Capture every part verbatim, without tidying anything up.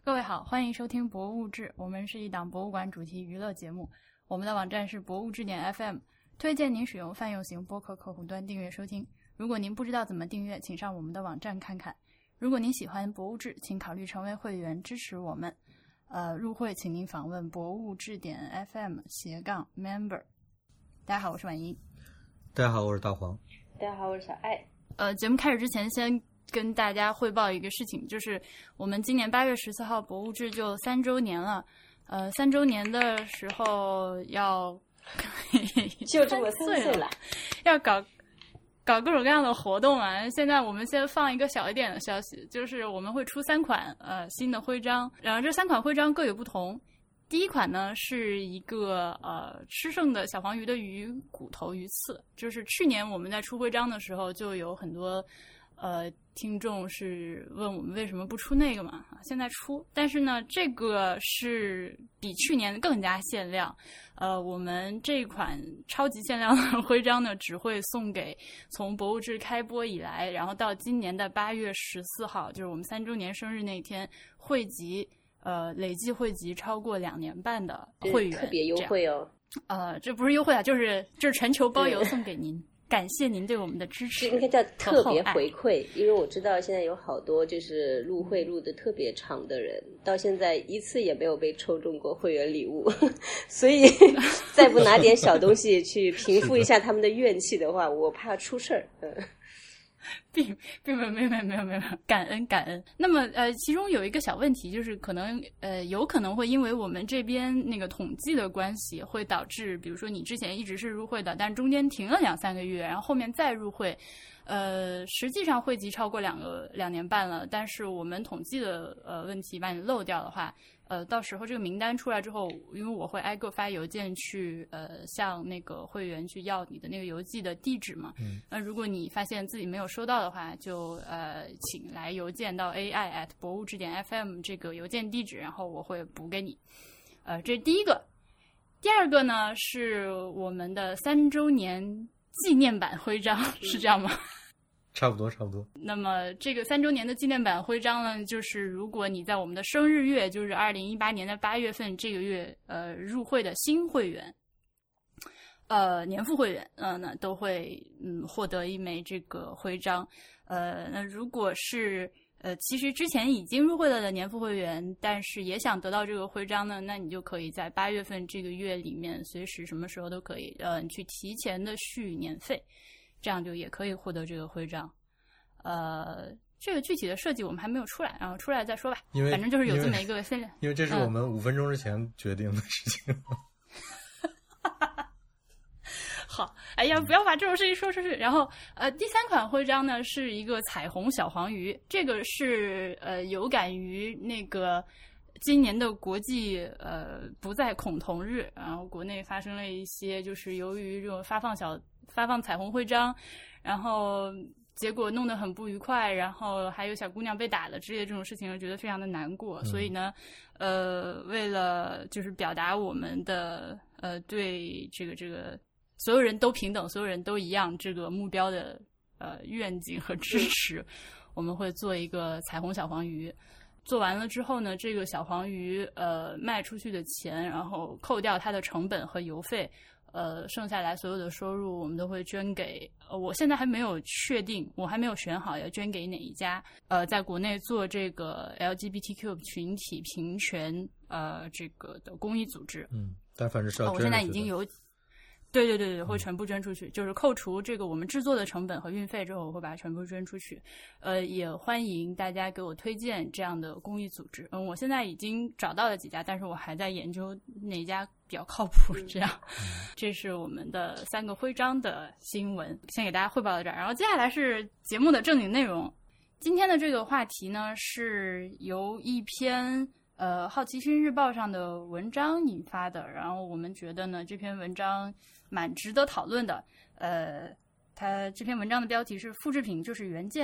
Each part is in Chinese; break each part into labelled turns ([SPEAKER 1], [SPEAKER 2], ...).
[SPEAKER 1] 各位好，欢迎收听博物志，我们是一档博物馆主题娱乐节目。我们的网站是博物志点 F M， 推荐您使用泛用型播客客户端订阅收听。如果您不知道怎么订阅，请上我们的网站看看。如果您喜欢博物志，请考虑成为会员支持我们。呃，入会请您访问博物志点 F M 斜杠 member。大家好，我是婉莹。
[SPEAKER 2] 大家好，我是大黄。
[SPEAKER 3] 大家好，我是小爱。
[SPEAKER 1] 呃，节目开始之前，先跟大家汇报一个事情，就是我们今年八月十四号博物志就三周年了。呃，三周年的时候要
[SPEAKER 3] 就这么三岁了，
[SPEAKER 1] 要搞搞各种各样的活动啊。现在我们先放一个小一点的消息，就是我们会出三款呃新的徽章，然后这三款徽章各有不同。第一款呢是一个呃吃剩的小黄鱼的鱼骨头鱼刺，就是去年我们在出徽章的时候就有很多呃听众是问我们为什么不出那个嘛，现在出，但是呢这个是比去年更加限量。呃我们这款超级限量的徽章呢只会送给从博物志开播以来，然后到今年的八月十四号，就是我们三周年生日那天汇集呃，累计汇集超过两年半的会员，
[SPEAKER 3] 特别优惠哦。
[SPEAKER 1] 呃，这不是优惠啊，就是就是全球包邮送给您，感谢您对我们的支持。
[SPEAKER 3] 这应该叫特别回馈，因为我知道现在有好多就是入会入的特别长的人，到现在一次也没有被抽中过会员礼物，所以再不拿点小东西去平复一下他们的怨气的话，我怕出事儿。嗯。
[SPEAKER 1] 并并没有没有没有没有没有感恩感恩。那么呃，其中有一个小问题，就是可能呃有可能会因为我们这边那个统计的关系，会导致比如说你之前一直是入会的，但中间停了两三个月，然后后面再入会，呃，实际上汇集超过两个两年半了，但是我们统计的呃问题把你漏掉的话。呃，到时候这个名单出来之后，因为我会挨个发邮件去，呃，向那个会员去要你的那个邮寄的地址嘛。嗯。那如果你发现自己没有收到的话，就呃，请来邮件到 a i at 博物志点 f m 这个邮件地址，然后我会补给你。呃，这是第一个。第二个呢，是我们的三周年纪念版徽章，是这样吗？
[SPEAKER 2] 差不多差不多。
[SPEAKER 1] 那么这个三周年的纪念版徽章呢，就是如果你在我们的生日月，就是二零一八年的八月份这个月呃入会的新会员，呃年付会员，呃那都会嗯获得一枚这个徽章。呃那如果是呃其实之前已经入会了的年付会员，但是也想得到这个徽章呢，那你就可以在八月份这个月里面随时什么时候都可以呃你去提前的续年费。这样就也可以获得这个徽章，呃，这个具体的设计我们还没有出来，然后出来再说吧。
[SPEAKER 2] 因为
[SPEAKER 1] 反正就是有这么一个限量，
[SPEAKER 2] 因为这是我们五分钟之前决定的事情。
[SPEAKER 1] 嗯、好，哎呀，不要把这种事情说出去。然后，呃，第三款徽章呢是一个彩虹小黄鱼，这个是呃有感于那个。今年的国际呃不再恐同日，然后国内发生了一些就是由于这种发放小发放彩虹徽章，然后结果弄得很不愉快，然后还有小姑娘被打了之类的这种事情，我觉得非常的难过。嗯、所以呢，呃，为了就是表达我们的呃对这个这个所有人都平等、所有人都一样这个目标的呃愿景和支持，我们会做一个彩虹小黄鱼。做完了之后呢，这个小黄鱼呃卖出去的钱，然后扣掉它的成本和邮费，呃剩下来所有的收入我们都会捐给呃我现在还没有确定，我还没有选好要捐给哪一家呃在国内做这个 L G B T Q 群体平权呃这个的公益组织。
[SPEAKER 2] 嗯，但反正是要捐、
[SPEAKER 1] 呃、我现在已经有对对对对，会全部捐出去、嗯，就是扣除这个我们制作的成本和运费之后，我会把它全部捐出去。呃，也欢迎大家给我推荐这样的公益组织。嗯，我现在已经找到了几家，但是我还在研究哪家比较靠谱。这样，嗯、这是我们的三个徽章的新闻，先给大家汇报到这儿。然后接下来是节目的正经内容。今天的这个话题呢，是由一篇呃好奇心日报上的文章引发的。然后我们觉得呢，这篇文章蛮值得讨论的。呃，它这篇文章的标题是“复制品就是原件”。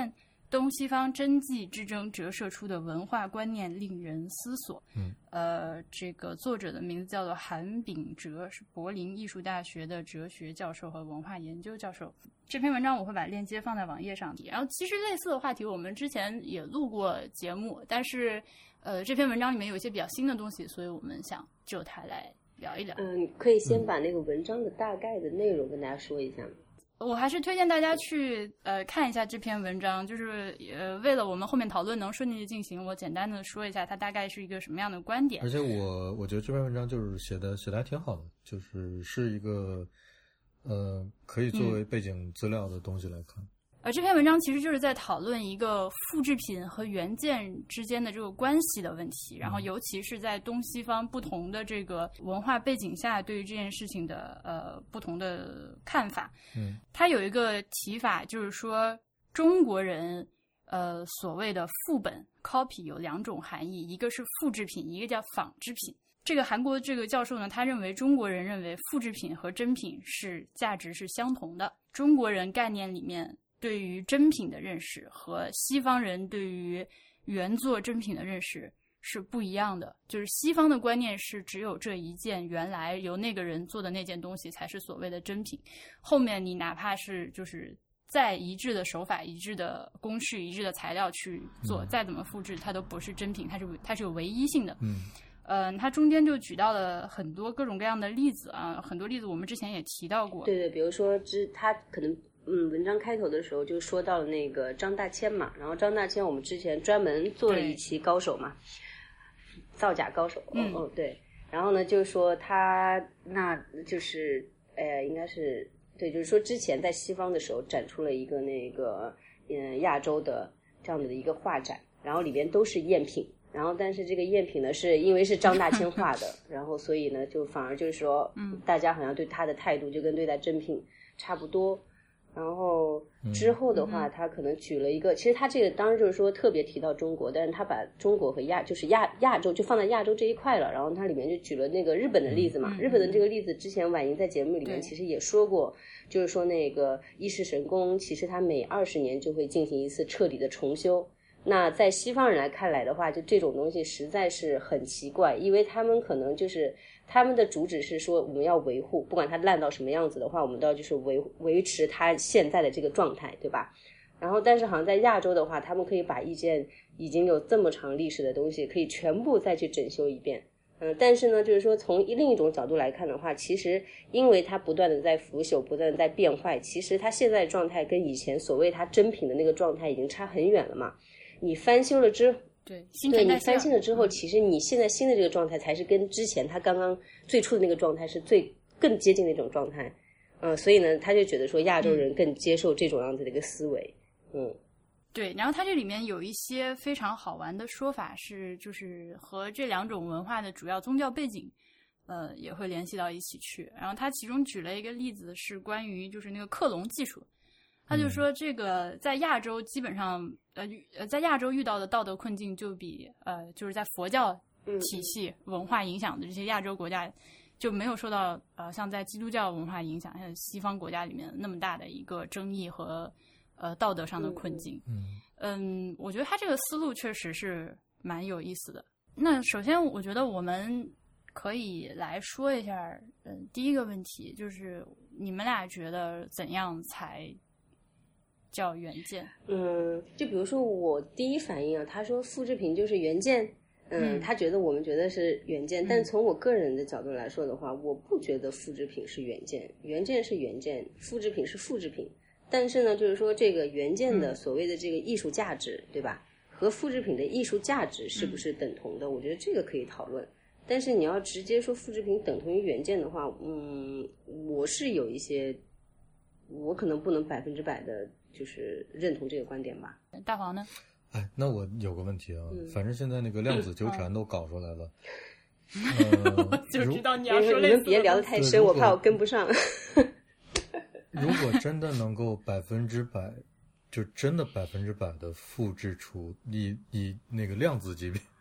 [SPEAKER 1] 东西方真迹之争折射出的文化观念令人思索。
[SPEAKER 2] 嗯，
[SPEAKER 1] 呃，这个作者的名字叫做韩秉哲，是柏林艺术大学的哲学教授和文化研究教授。这篇文章我会把链接放在网页上。然后其实类似的话题我们之前也录过节目，但是呃，这篇文章里面有一些比较新的东西，所以我们想就它来聊一聊。
[SPEAKER 3] 嗯，可以先把那个文章的大概的内容跟大家说一下吗？
[SPEAKER 1] 我还是推荐大家去呃看一下这篇文章，就是呃为了我们后面讨论能顺利的进行，我简单的说一下它大概是一个什么样的观点。
[SPEAKER 2] 而且我我觉得这篇文章就是写的写的还挺好的，就是是一个呃可以作为背景资料的东西来看。
[SPEAKER 1] 而这篇文章其实就是在讨论一个复制品和原件之间的这个关系的问题，然后尤其是在东西方不同的这个文化背景下对于这件事情的呃不同的看法。
[SPEAKER 2] 嗯，
[SPEAKER 1] 它有一个提法，就是说中国人呃所谓的副本 copy 有两种含义，一个是复制品，一个叫仿制品。这个韩国这个教授呢，他认为中国人认为复制品和真品是价值是相同的，中国人概念里面对于真品的认识和西方人对于原作真品的认识是不一样的。就是西方的观念是只有这一件原来由那个人做的那件东西才是所谓的真品，后面你哪怕是就是再一致的手法、一致的公式、一致的材料去做，
[SPEAKER 2] 嗯、
[SPEAKER 1] 再怎么复制它都不是真品，它是它是有唯一性的。
[SPEAKER 2] 嗯，
[SPEAKER 1] 呃，它中间就举到了很多各种各样的例子啊，很多例子我们之前也提到过。
[SPEAKER 3] 对对，比如说之他可能嗯，文章开头的时候就说到了那个张大千嘛，然后张大千我们之前专门做了一期高手嘛，造假高手。
[SPEAKER 1] 嗯
[SPEAKER 3] 哦哦对，然后呢就说他那就是呃应该是对，就是说之前在西方的时候展出了一个那个嗯亚洲的这样的一个画展，然后里边都是赝品。然后，但是这个赝品呢，是因为是张大千画的，然后所以呢，就反而就是说，
[SPEAKER 1] 嗯，
[SPEAKER 3] 大家好像对他的态度就跟对待真品差不多。然后之后的话，
[SPEAKER 1] 嗯、
[SPEAKER 3] 他可能举了一个，其实他这个当时就是说特别提到中国，但是他把中国和亚就是亚亚洲就放在亚洲这一块了。然后他里面就举了那个日本的例子嘛，
[SPEAKER 1] 嗯、
[SPEAKER 3] 日本的这个例子之前婉莹在节目里面其实也说过，就是说那个伊势神宫，其实它每二十年就会进行一次彻底的重修。那在西方人来看来的话，就这种东西实在是很奇怪，因为他们可能就是他们的主旨是说我们要维护，不管它烂到什么样子的话，我们都要就是维维持它现在的这个状态，对吧？然后但是好像在亚洲的话，他们可以把一件已经有这么长历史的东西可以全部再去整修一遍。嗯，但是呢，就是说从另一种角度来看的话，其实因为它不断的在腐朽，不断的在变坏，其实它现在的状态跟以前所谓它真品的那个状态已经差很远了嘛。你翻修了之后，
[SPEAKER 1] 对，
[SPEAKER 3] 对你翻新了之后，其实你现在新的这个状态才是跟之前他刚刚最初的那个状态是最更接近的一种状态。嗯，所以呢，他就觉得说亚洲人更接受这种样子的一个思维。嗯，
[SPEAKER 1] 对。然后他这里面有一些非常好玩的说法是，就是和这两种文化的主要宗教背景，呃，也会联系到一起去。然后他其中举了一个例子是关于就是那个克隆技术。他就说，这个在亚洲基本上，呃呃，在亚洲遇到的道德困境就比呃，就是在佛教体系文化影响的这些亚洲国家，就没有受到呃，像在基督教文化影响，像西方国家里面那么大的一个争议和呃道德上的困境。
[SPEAKER 2] 嗯
[SPEAKER 1] 嗯，我觉得他这个思路确实是蛮有意思的。那首先，我觉得我们可以来说一下，嗯，第一个问题就是你们俩觉得怎样才叫原件？
[SPEAKER 3] 嗯，就比如说我第一反应啊，他说复制品就是原件，嗯，
[SPEAKER 1] 嗯
[SPEAKER 3] 他觉得我们觉得是原件，
[SPEAKER 1] 嗯
[SPEAKER 3] 但从我个人的角度来说的话，我不觉得复制品是原件，原件是原件，复制品是复制品。但是呢，就是说这个原件的所谓的这个艺术价值，对吧？和复制品的艺术价值是不是等同的？我觉得这个可以讨论。但是你要直接说复制品等同于原件的话，嗯，我是有一些，我可能不能百分之百的。就是认同这个观点吧。
[SPEAKER 1] 大黄呢？
[SPEAKER 2] 哎，那我有个问题啊，
[SPEAKER 3] 嗯、
[SPEAKER 2] 反正现在那个量子纠缠都搞出来了，
[SPEAKER 1] 嗯
[SPEAKER 2] 呃、
[SPEAKER 1] 我就知道你要说
[SPEAKER 3] 类似的。你们别聊得太深，我怕我跟不上。
[SPEAKER 2] 如果真的能够百分之百，就真的百分之百的复制出以以那个量子级别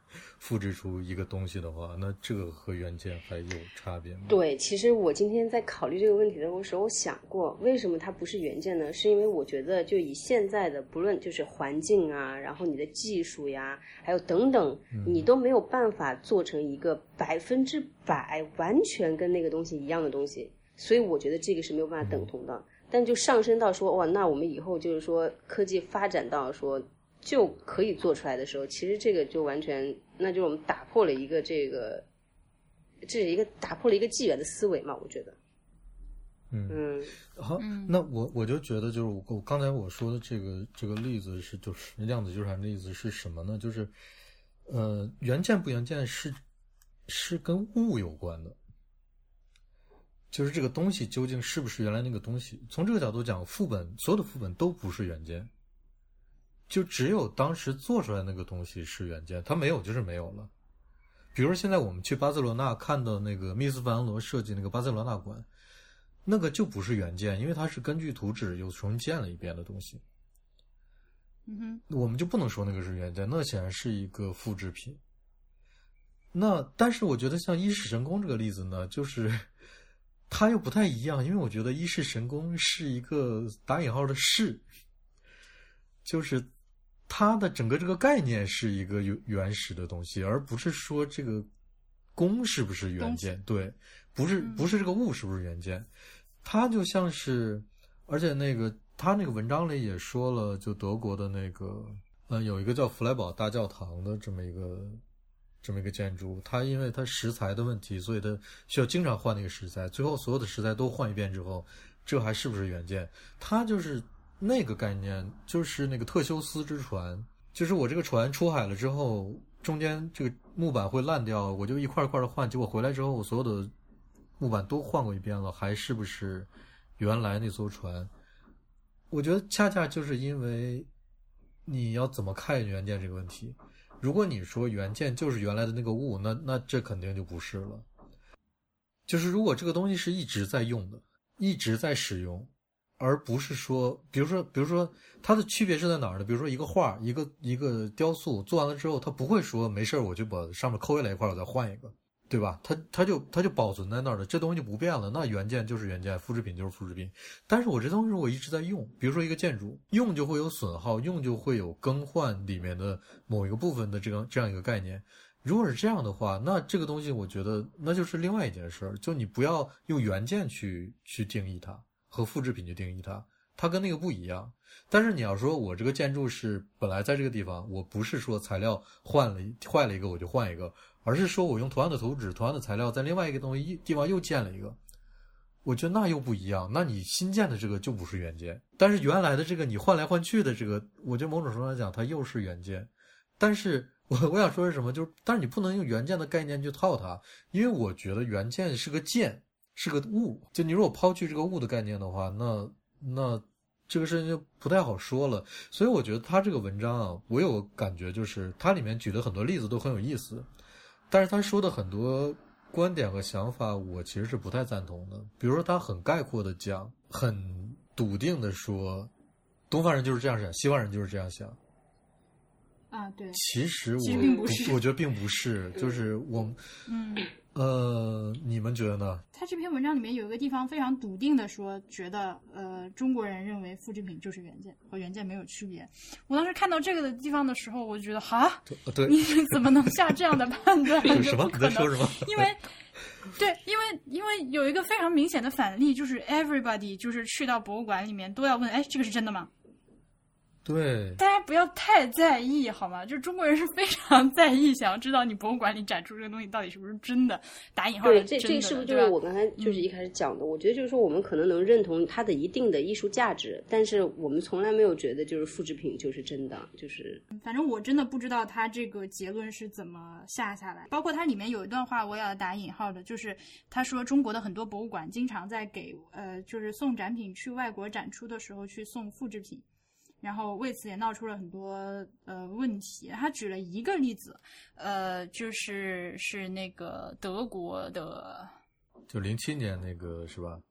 [SPEAKER 2] 复制出一个东西的话，那这个和原件还有差别吗？
[SPEAKER 3] 对，其实我今天在考虑这个问题的时候，我想过为什么它不是原件呢？是因为我觉得就以现在的不论就是环境啊，然后你的技术呀，还有等等，你都没有办法做成一个百分之百完全跟那个东西一样的东西，所以我觉得这个是没有办法等同的。嗯，但就上升到说哇，那我们以后就是说科技发展到说就可以做出来的时候，其实这个就完全，那就是我们打破了一个这个，这是一个打破了一个纪元的思维嘛，我觉得。
[SPEAKER 2] 嗯
[SPEAKER 3] 嗯，
[SPEAKER 2] 好，
[SPEAKER 1] 嗯
[SPEAKER 2] 那我我就觉得就是我我刚才我说的这个这个例子是就是量子纠缠的例子是什么呢？就是呃原件不原件是是跟物有关的。就是这个东西究竟是不是原来那个东西？从这个角度讲，副本所有的副本都不是原件，就只有当时做出来那个东西是原件，它没有就是没有了。比如说现在我们去巴塞罗那看到那个密斯凡罗设计那个巴塞罗那馆，那个就不是原件，因为它是根据图纸又重建了一遍的东西。
[SPEAKER 1] 嗯哼，
[SPEAKER 2] 我们就不能说那个是原件，那显然是一个复制品。那但是我觉得像一世神功这个例子呢，就是它又不太一样，因为我觉得一世神功是一个打引号的世，就是它的整个这个概念是一个原始的东西，而不是说这个功是不是原件，对，不是不是这个物是不是原件，它就像是，而且那个他那个文章里也说了，就德国的那个呃有一个叫弗莱堡大教堂的这么一个。这么一个建筑，它因为它食材的问题，所以它需要经常换那个食材，最后所有的食材都换一遍之后，这还是不是原件？它就是那个概念，就是那个特修斯之船，就是我这个船出海了之后，中间这个木板会烂掉，我就一块一块的换，结果回来之后，我所有的木板都换过一遍了，还是不是原来那艘船？我觉得恰恰就是因为你要怎么看原件这个问题。如果你说原件就是原来的那个物，那那这肯定就不是了。就是如果这个东西是一直在用的，一直在使用，而不是说，比如说，比如说它的区别是在哪儿呢？比如说一个画，一个一个雕塑做完了之后，它不会说没事我就把上面抠下来一块，我再换一个，对吧？它它就它就保存在那儿的，这东西就不变了。那原件就是原件，复制品就是复制品。但是我这东西我一直在用，比如说一个建筑，用就会有损耗，用就会有更换里面的某一个部分的这个这样一个概念。如果是这样的话，那这个东西我觉得那就是另外一件事儿，就你不要用原件去去定义它，和复制品去定义它，它跟那个不一样。但是你要说我这个建筑是本来在这个地方，我不是说材料换了坏了一个我就换一个，而是说我用同样的图纸同样的材料在另外一个东西地方又建了一个，我觉得那又不一样。那你新建的这个就不是原件，但是原来的这个你换来换去的这个，我觉得某种程度来讲它又是原件。但是我我想说是什么，就是但是你不能用原件的概念去套它，因为我觉得原件是个件，是个物，就你如果抛去这个物的概念的话，那那这个事情就不太好说了。所以我觉得他这个文章啊，我有感觉就是它里面举的很多例子都很有意思，但是他说的很多观点和想法我其实是不太赞同的。比如说他很概括的讲，很笃定的说东方人就是这样想，西方人就是这样想
[SPEAKER 1] 啊，对，
[SPEAKER 2] 其实我
[SPEAKER 1] 其实并不是
[SPEAKER 2] 我觉得并不是，就是我
[SPEAKER 1] 嗯
[SPEAKER 2] 呃你们觉得呢？
[SPEAKER 1] 他这篇文章里面有一个地方非常笃定的说，觉得呃中国人认为复制品就是原件，和原件没有区别。我当时看到这个的地方的时候，我就觉得哈，
[SPEAKER 2] 对，
[SPEAKER 1] 你怎么能下这样的判断？
[SPEAKER 2] 什么？你在说什么？
[SPEAKER 1] 因为对，因为因为有一个非常明显的反例，就是 everybody 就是去到博物馆里面都要问，哎，这个是真的吗？
[SPEAKER 2] 对，
[SPEAKER 1] 大家不要太在意好吗？就是中国人是非常在意，想要知道你博物馆里展出这个东西到底是不是真的，打引号的
[SPEAKER 3] 对，
[SPEAKER 1] 真的。
[SPEAKER 3] 这这是不是就是我刚才就是一开始讲的？嗯、我觉得就是说，我们可能能认同它的一定的艺术价值，但是我们从来没有觉得就是复制品就是真的，就是
[SPEAKER 1] 反正我真的不知道他这个结论是怎么下下来。包括它里面有一段话，我也要打引号的，就是他说中国的很多博物馆经常在给呃，就是送展品去外国展出的时候去送复制品。然后为此也闹出了很多呃问题。他举了一个例子，呃，就是是那个德国的，
[SPEAKER 2] 就零七年那个是吧？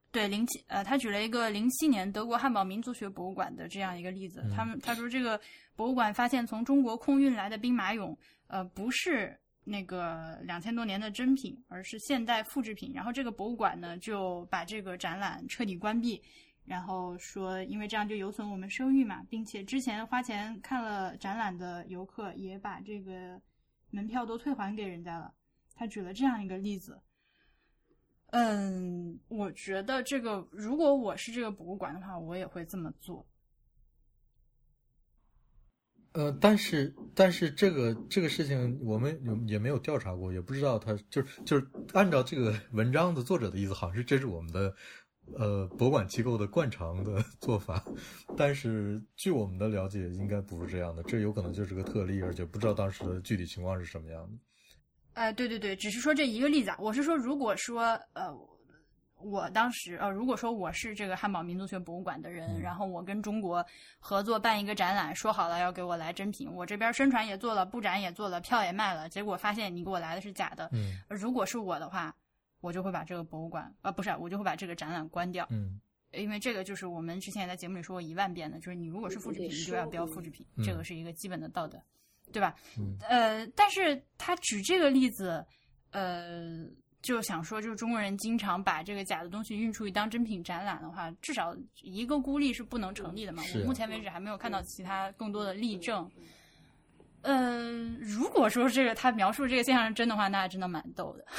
[SPEAKER 1] 对，零七呃，他举了一个零七年德国汉堡民族学博物馆的这样一个例子。
[SPEAKER 2] 嗯、
[SPEAKER 1] 他们他说这个博物馆发现从中国空运来的兵马俑，呃，不是那个两千多年的真品，而是现代复制品。然后这个博物馆呢就把这个展览彻底关闭，然后说因为这样就有损我们声誉嘛，并且之前花钱看了展览的游客也把这个门票都退还给人家了。他举了这样一个例子。嗯，我觉得这个如果我是这个博物馆的话，我也会这么做。
[SPEAKER 2] 呃，但是但是这个这个事情我们也没有调查过，也不知道他就是就是按照这个文章的作者的意思，好像是这是我们的呃博物馆机构的惯常的做法，但是据我们的了解，应该不是这样的，这有可能就是个特例，而且不知道当时的具体情况是什么样的。
[SPEAKER 1] 呃，对对对，只是说这一个例子啊。我是说，如果说呃，我当时呃，如果说我是这个汉堡民族学博物馆的人，
[SPEAKER 2] 嗯、
[SPEAKER 1] 然后我跟中国合作办一个展览，说好了要给我来真品，我这边宣传也做了，布展也做了，票也卖了，结果发现你给我来的是假的。
[SPEAKER 2] 嗯，
[SPEAKER 1] 如果是我的话，我就会把这个博物馆呃不是，我就会把这个展览关掉。
[SPEAKER 2] 嗯，
[SPEAKER 1] 因为这个就是我们之前也在节目里说过一万遍的，就是你如果是复制品，你就要标复制品，
[SPEAKER 2] 嗯、
[SPEAKER 1] 这个是一个基本的道德，对吧？
[SPEAKER 2] 嗯，
[SPEAKER 1] 呃，但是他举这个例子。呃，就想说，就是中国人经常把这个假的东西运出去当真品展览的话，至少一个孤立是不能成立的嘛。
[SPEAKER 2] 啊、
[SPEAKER 1] 我目前为止还没有看到其他更多的例证。呃，如果说这个他描述这个现象是真的话，那还真的蛮逗的。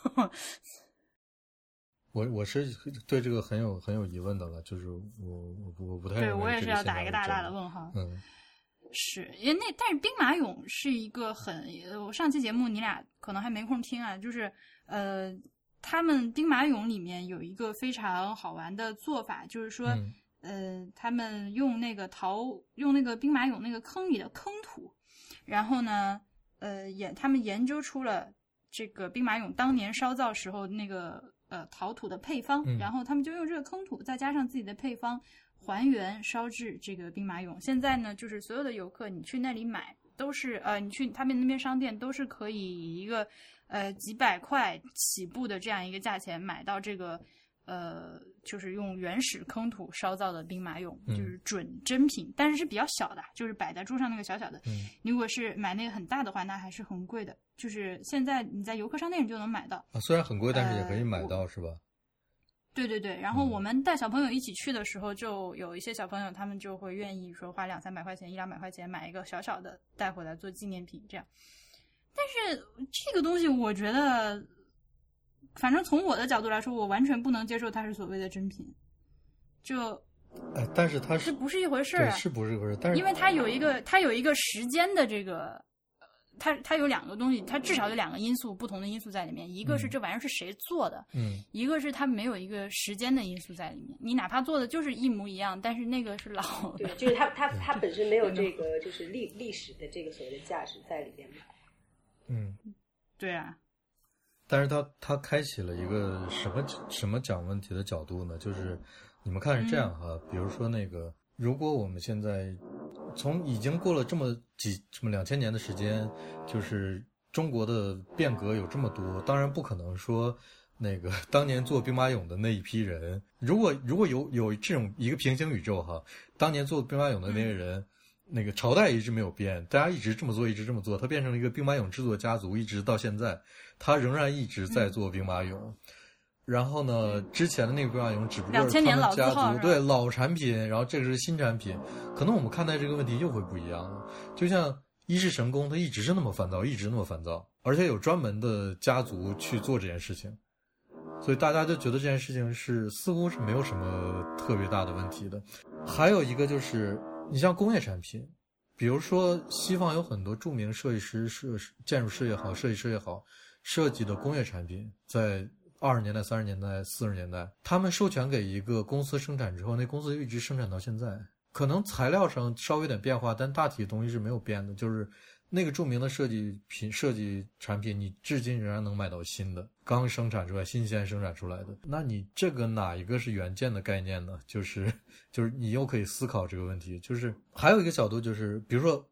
[SPEAKER 2] 我我是对这个很有很有疑问的了，就是我我我不太
[SPEAKER 1] 对我也是要打一个大大的问号。
[SPEAKER 2] 嗯。
[SPEAKER 1] 是，因为那但是兵马俑是一个很，我上期节目你俩可能还没空听啊，就是呃，他们兵马俑里面有一个非常好玩的做法，就是说，
[SPEAKER 2] 嗯、
[SPEAKER 1] 呃，他们用那个陶，用那个兵马俑那个坑里的坑土，然后呢，呃，研他们研究出了这个兵马俑当年烧造时候那个呃陶土的配方，
[SPEAKER 2] 嗯、
[SPEAKER 1] 然后他们就用这个坑土再加上自己的配方。还原烧制这个兵马俑，现在呢，就是所有的游客，你去那里买都是呃，你去他们那边商店都是可以以一个呃几百块起步的这样一个价钱买到这个呃，就是用原始坑土烧造的兵马俑，
[SPEAKER 2] 嗯、
[SPEAKER 1] 就是准真品，但是是比较小的，就是摆在桌上那个小小的。
[SPEAKER 2] 嗯，
[SPEAKER 1] 如果是买那个很大的话，那还是很贵的。就是现在你在游客商店里就能买到
[SPEAKER 2] 啊，虽然很贵，但是也可以买到，呃、是吧？
[SPEAKER 1] 对对对，然后我们带小朋友一起去的时候，就有一些小朋友他们就会愿意说花两三百块钱、一两百块钱买一个小小的带回来做纪念品这样。但是这个东西我觉得，反正从我的角度来说，我完全不能接受它是所谓的真品。就，
[SPEAKER 2] 哎，但是它是
[SPEAKER 1] 这不是一回事啊，
[SPEAKER 2] 是不是一回事？但是
[SPEAKER 1] 因为它有一个它有一个时间的这个。它它有两个东西，它至少有两个因素，不同的因素在里面。一个是这玩意儿是谁做的，
[SPEAKER 2] 嗯，
[SPEAKER 1] 一个是它没有一个时间的因素在里面。你哪怕做的就是一模一样，但是那个是老的，
[SPEAKER 3] 对，就是它它它本身没有这个就是历历史的这个所谓的价值在里面嘛。
[SPEAKER 2] 嗯，
[SPEAKER 1] 对啊。
[SPEAKER 2] 但是它它开启了一个什么什么讲问题的角度呢？就是你们看是这样哈，嗯、比如说那个。如果我们现在从已经过了这么几这么两千年的时间，就是中国的变革有这么多，当然不可能说那个当年做兵马俑的那一批人，如果如果有有这种一个平行宇宙哈，当年做兵马俑的那个人，嗯、那个朝代一直没有变，大家一直这么做，一直这么做，他变成了一个兵马俑制作家族，一直到现在，他仍然一直在做兵马俑。嗯然后呢，之前的那个兵马俑只不过是他们家族对老产品，然后这个是新产品，可能我们看待这个问题又会不一样了。就像一世神功，它一直是那么烦躁，一直那么烦躁，而且有专门的家族去做这件事情，所以大家就觉得这件事情是似乎是没有什么特别大的问题的。还有一个就是，你像工业产品，比如说西方有很多著名设计师、设建筑师也好，设计师也好，设计的工业产品在。二十年代、三十年代、四十年代，他们授权给一个公司生产之后，那公司就一直生产到现在。可能材料上稍微有点变化，但大体的东西是没有变的。就是那个著名的设计品、设计产品，你至今仍然能买到新的，刚生产出来、新鲜生产出来的。那你这个哪一个是原件的概念呢？就是就是你又可以思考这个问题。就是还有一个角度，就是比如说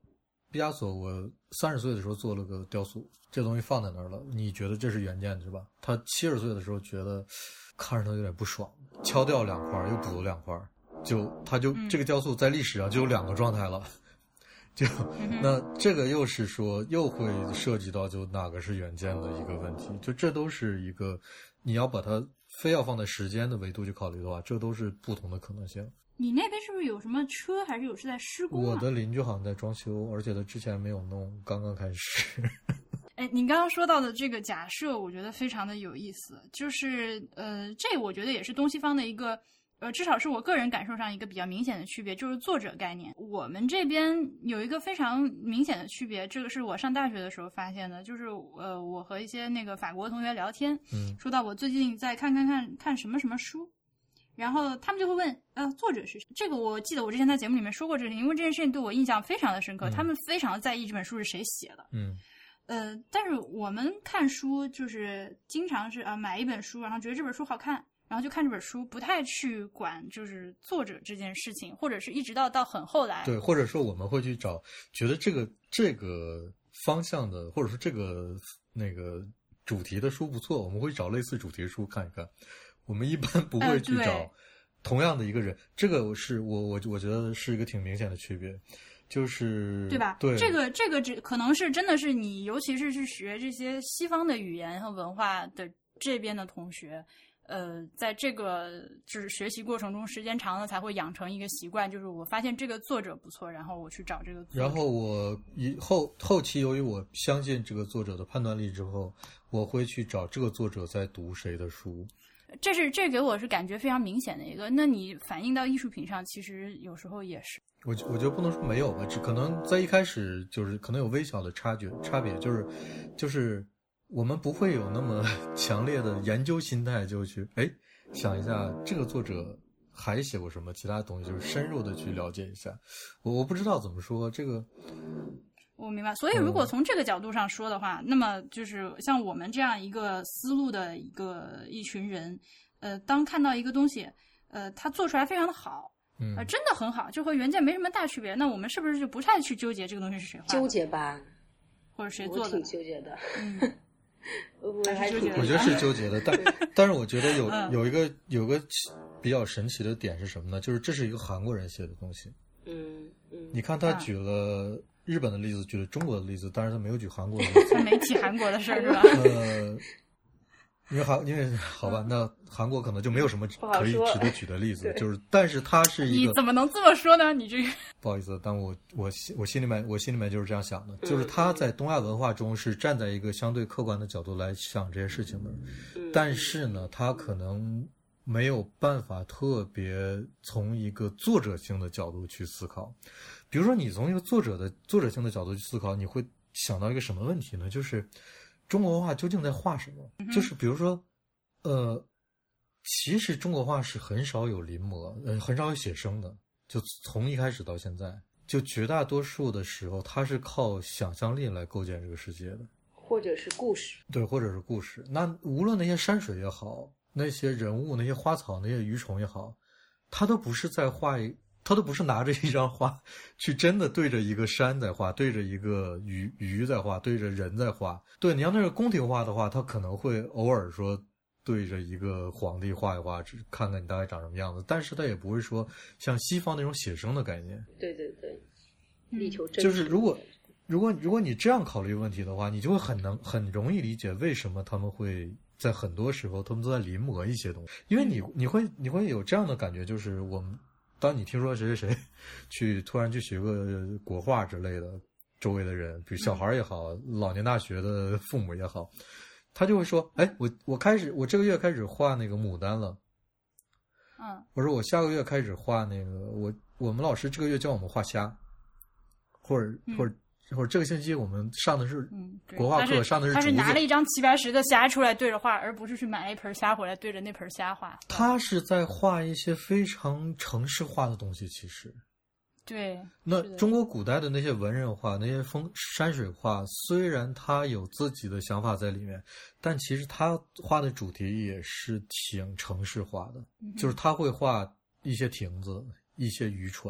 [SPEAKER 2] 毕加索，我三十岁的时候做了个雕塑，这东西放在那儿了，你觉得这是原件是吧？他七十岁的时候觉得看着他有点不爽，敲掉两块又补了两块，就他就、嗯、这个雕塑在历史上就有两个状态了。就那这个又是说又会涉及到就哪个是原件的一个问题，就这都是一个你要把它非要放在时间的维度去考虑的话，这都是不同的可能性。
[SPEAKER 1] 你那边是不是有什么车，还是有是在施工、啊？
[SPEAKER 2] 我的邻居好像在装修，而且他之前没有弄，刚刚开始。
[SPEAKER 1] 哎，你刚刚说到的这个假设，我觉得非常的有意思，就是呃，这我觉得也是东西方的一个。呃，至少是我个人感受上一个比较明显的区别，就是作者概念。我们这边有一个非常明显的区别，这个是我上大学的时候发现的，就是呃，我和一些那个法国同学聊天，
[SPEAKER 2] 嗯，
[SPEAKER 1] 说到我最近在看看看看什么什么书，然后他们就会问，呃，作者是谁？这个我记得我之前在节目里面说过这个，因为这件事情对我印象非常的深刻，
[SPEAKER 2] 嗯、
[SPEAKER 1] 他们非常的在意这本书是谁写的，
[SPEAKER 2] 嗯。
[SPEAKER 1] 呃，但是我们看书就是经常是啊、呃，买一本书，然后觉得这本书好看。然后就看这本书，不太去管就是作者这件事情，或者是一直到到很后来。
[SPEAKER 2] 对，或者说我们会去找觉得这个这个方向的，或者说这个那个主题的书不错，我们会找类似主题书看一看。我们一般不会去找同样的一个人，呃、这个是我我我觉得是一个挺明显的区别，就是
[SPEAKER 1] 对吧？
[SPEAKER 2] 对，
[SPEAKER 1] 这个这个只可能是真的是你，尤其是去学这些西方的语言和文化的这边的同学。呃，在这个就是学习过程中，时间长了才会养成一个习惯，就是我发现这个作者不错，然后我去找这个作者。
[SPEAKER 2] 然后我以后后期由于我相信这个作者的判断力之后，我会去找这个作者在读谁的书。
[SPEAKER 1] 这是这给我是感觉非常明显的一个。那你反映到艺术品上，其实有时候也是。
[SPEAKER 2] 我我觉得不能说没有吧，只可能在一开始就是可能有微小的差距差别，就是就是。我们不会有那么强烈的研究心态，就去哎想一下这个作者还写过什么其他东西，就是深入的去了解一下。我我不知道怎么说这个。
[SPEAKER 1] 我明白，所以如果从这个角度上说的话，嗯、那么就是像我们这样一个思路的一个一群人，呃，当看到一个东西，呃，它做出来非常的好，
[SPEAKER 2] 嗯，
[SPEAKER 1] 呃，真的很好，就和原件没什么大区别，那我们是不是就不太去纠结这个东西是谁画的？
[SPEAKER 3] 纠结吧，
[SPEAKER 1] 或者谁做的？
[SPEAKER 3] 我挺纠结的。
[SPEAKER 1] 嗯。
[SPEAKER 3] 我还挺
[SPEAKER 2] 我觉得是纠结的，但但是我觉得有有一个有个比较神奇的点是什么呢？就是这是一个韩国人写的东西。
[SPEAKER 3] 嗯嗯。
[SPEAKER 2] 你看他举了日本的例子，举了中国的例子，但是他没有举韩国的例子。
[SPEAKER 1] 他没提韩国的事儿是吧？
[SPEAKER 2] 呃，因为韩因为好吧，那韩国可能就没有什么可以值得举的例子，就是但是他是一个。
[SPEAKER 1] 你怎么能这么说呢？你这个。
[SPEAKER 2] 不好意思，但我我我心里面我心里面就是这样想的，就是他在东亚文化中是站在一个相对客观的角度来想这些事情的，但是呢，他可能没有办法特别从一个作者性的角度去思考。比如说，你从一个作者的作者性的角度去思考，你会想到一个什么问题呢？就是中国文化究竟在画什么？就是比如说，呃，其实中国画是很少有临摹，呃，很少有写生的。就从一开始到现在，就绝大多数的时候，它是靠想象力来构建这个世界的，
[SPEAKER 3] 或者是故事，
[SPEAKER 2] 对，或者是故事。那无论那些山水也好，那些人物、那些花草、那些鱼虫也好，它都不是在画一，它都不是拿着一张画去真的对着一个山在画，对着一个鱼鱼在画，对着人在画。对，你要那是宫廷画的话，它可能会偶尔说。对着一个皇帝画一画，只看看你大概长什么样子，但是他也不会说像西方那种写生的概念。
[SPEAKER 3] 对对对，力求真。
[SPEAKER 2] 就是如果如果如果你这样考虑问题的话，你就会很能很容易理解为什么他们会在很多时候他们都在临摹一些东西，因为你你会你会有这样的感觉，就是我们当你听说谁谁谁去突然去学个国画之类的，周围的人，比如小孩也好，嗯、老年大学的父母也好。他就会说：“哎，我我开始，我这个月开始画那个牡丹了。
[SPEAKER 1] 嗯，
[SPEAKER 2] 我说我下个月开始画那个，我我们老师这个月教我们画虾，或者、嗯、或者或者这个星期我们上的是国画课，上的是竹子。
[SPEAKER 1] 他是拿了一张齐白石的虾出来对着画，而不是去买一盆虾回来对着那盆虾画。
[SPEAKER 2] 他是在画一些非常城市化的东西，其实。”
[SPEAKER 1] 对，
[SPEAKER 2] 那中国古代的那些文人画，那些风山水画，虽然他有自己的想法在里面，但其实他画的主题也是挺城市化的，嗯、就是他会画一些亭子、一些渔船、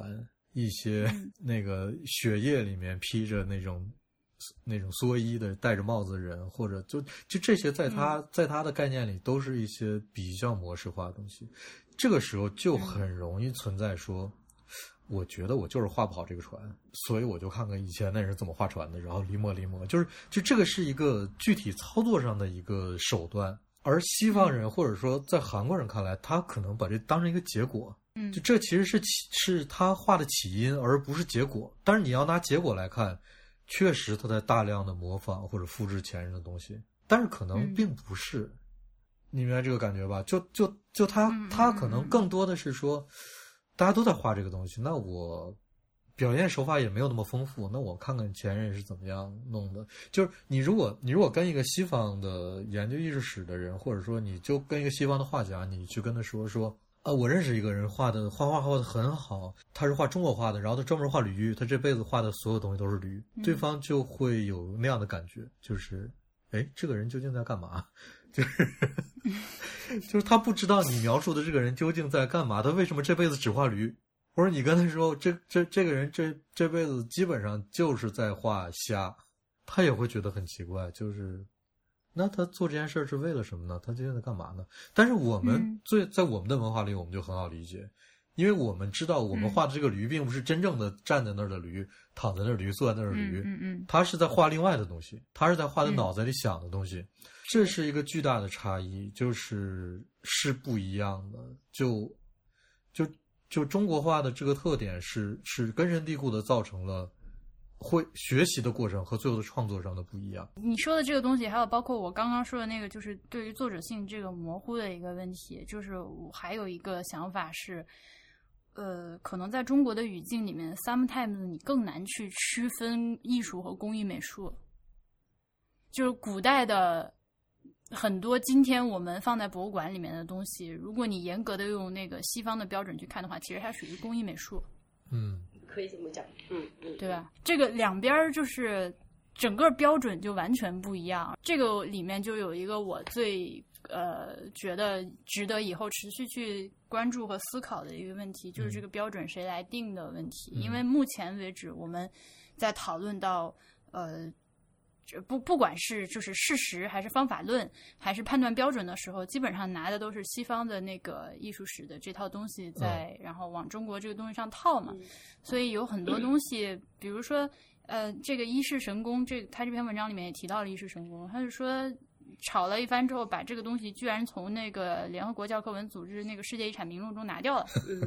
[SPEAKER 2] 一些那个血液里面披着那种那种蓑衣的戴着帽子的人，或者就就这些在他、嗯、在他的概念里都是一些比较模式化的东西。这个时候就很容易存在说、嗯、我觉得我就是画不好这个船，所以我就看看以前的人怎么画船的，然后临摹临摹，就是就这个是一个具体操作上的一个手段。而西方人或者说在韩国人看来，他可能把这当成一个结果，嗯，就这其实是起是他画的起因，而不是结果。但是你要拿结果来看，确实他在大量的模仿或者复制前人的东西，但是可能并不是，嗯、你明白这个感觉吧？就就就他他可能更多的是说，大家都在画这个东西，那我表现手法也没有那么丰富，那我看看前人是怎么样弄的。就是你如果你如果跟一个西方的研究艺术史的人，或者说你就跟一个西方的画家，你去跟他说说啊，我认识一个人画的画画画的很好，他是画中国画的，然后他专门画驴，他这辈子画的所有东西都是驴，嗯、对方就会有那样的感觉，就是哎，这个人究竟在干嘛？就是就是他不知道你描述的这个人究竟在干嘛，他为什么这辈子只画驴？或者你跟他说这这这个人这这辈子基本上就是在画虾，他也会觉得很奇怪，就是那他做这件事是为了什么呢？他究竟在干嘛呢？但是我们最、嗯、在我们的文化里我们就很好理解，因为我们知道我们画的这个驴并不是真正的站在那儿的驴、嗯、躺在那儿驴坐在那儿的驴，
[SPEAKER 1] 嗯嗯，
[SPEAKER 2] 他是在画另外的东西，他是在画他脑子里想的东西、嗯、这是一个巨大的差异，就是是不一样的，就就就中国画的这个特点是是根深蒂固的造成了会学习的过程和最后的创作上的不一样。
[SPEAKER 1] 你说的这个东西还有包括我刚刚说的那个，就是对于作者性这个模糊的一个问题，就是我还有一个想法是呃，可能在中国的语境里面 sometimes 你更难去区分艺术和工艺美术，就是古代的很多今天我们放在博物馆里面的东西，如果你严格的用那个西方的标准去看的话，其实它属于工艺美术。
[SPEAKER 2] 嗯，
[SPEAKER 3] 可以这么讲。嗯嗯，
[SPEAKER 1] 对吧？这个两边就是整个标准就完全不一样。这个里面就有一个我最呃觉得值得以后持续去关注和思考的一个问题，就是这个标准谁来定的问题。嗯、因为目前为止我们在讨论到呃。不不管是就是事实还是方法论还是判断标准的时候，基本上拿的都是西方的那个艺术史的这套东西在、嗯、然后往中国这个东西上套嘛、嗯、所以有很多东西比如说呃这个一世神功，这他这篇文章里面也提到了一世神功，他就说吵了一番之后把这个东西居然从那个联合国教科文组织那个世界遗产名录中拿掉了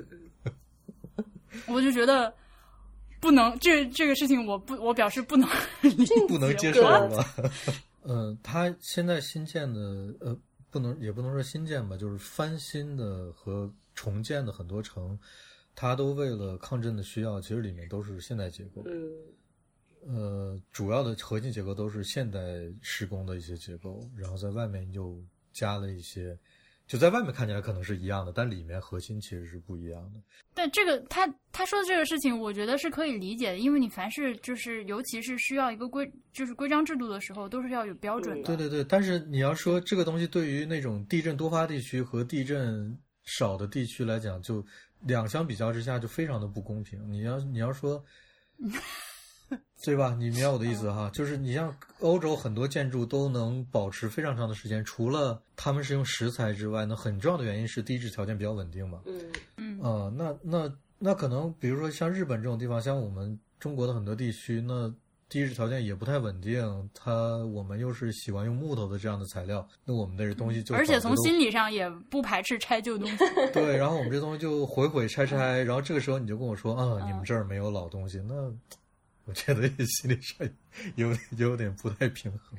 [SPEAKER 1] 我就觉得不能，这这个事情我不，我表示不能理解，
[SPEAKER 2] 不能接受吧？嗯，他现在新建的，呃，不能也不能说新建吧，就是翻新的和重建的很多城，它都为了抗震的需要，其实里面都是现代结构。嗯。呃，主要的核心结构都是现代施工的一些结构，然后在外面又加了一些。就在外面看起来可能是一样的，但里面核心其实是不一样的。
[SPEAKER 1] 但这个他他说的这个事情，我觉得是可以理解的，因为你凡是就是尤其是需要一个规就是规章制度的时候，都是要有标准的。
[SPEAKER 2] 对对对，但是你要说这个东西对于那种地震多发地区和地震少的地区来讲，就两相比较之下就非常的不公平。你要你要说。对吧？你明白我的意思哈，就是你像欧洲很多建筑都能保持非常长的时间，除了他们是用石材之外呢，很重要的原因是地质条件比较稳定嘛。
[SPEAKER 3] 嗯
[SPEAKER 1] 嗯
[SPEAKER 2] 啊、呃，那那那可能比如说像日本这种地方，像我们中国的很多地区，那地质条件也不太稳定，它我们又是喜欢用木头的这样的材料，那我们的这东西就
[SPEAKER 1] 而且从心理上也不排斥拆旧东西。
[SPEAKER 2] 对，然后我们这东西就毁毁拆拆，然后这个时候你就跟我说啊、嗯，你们这儿没有老东西，那。我觉得心理上有点有点不太平衡。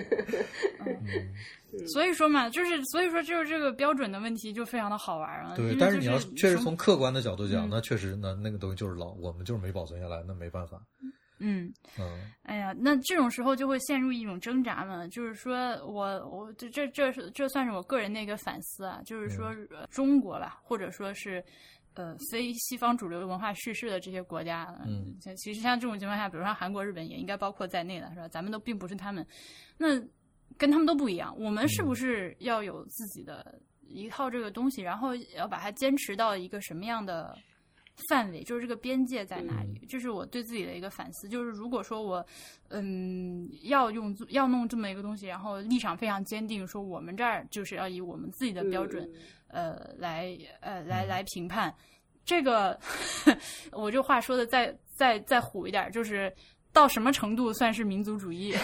[SPEAKER 1] 嗯，所以说嘛，就是所以说就是这个标准的问题就非常的好玩啊。
[SPEAKER 2] 对，
[SPEAKER 1] 就是、
[SPEAKER 2] 但是你要确实从客观的角度讲，嗯、那确实那那个东西就是老，我们就是没保存下来，那没办法。
[SPEAKER 1] 嗯
[SPEAKER 2] 嗯，
[SPEAKER 1] 哎呀，那这种时候就会陷入一种挣扎嘛，就是说我我这这这是这算是我个人的一个反思啊，就是说、嗯、中国吧，或者说是。呃，非西方主流文化叙事的这些国家，
[SPEAKER 2] 嗯，
[SPEAKER 1] 其实像这种情况下，比如说韩国、日本也应该包括在内的，是吧？咱们都并不是他们，那跟他们都不一样。我们是不是要有自己的一套这个东西，然后要把它坚持到一个什么样的范围，就是这个边界在哪里？这是我对自己的一个反思。就是如果说我，嗯，要用要弄这么一个东西，然后立场非常坚定，说我们这儿就是要以我们自己的标准，嗯、呃，来呃来来评判这个。我这话说的再再再虎一点，就是到什么程度算是民族主义？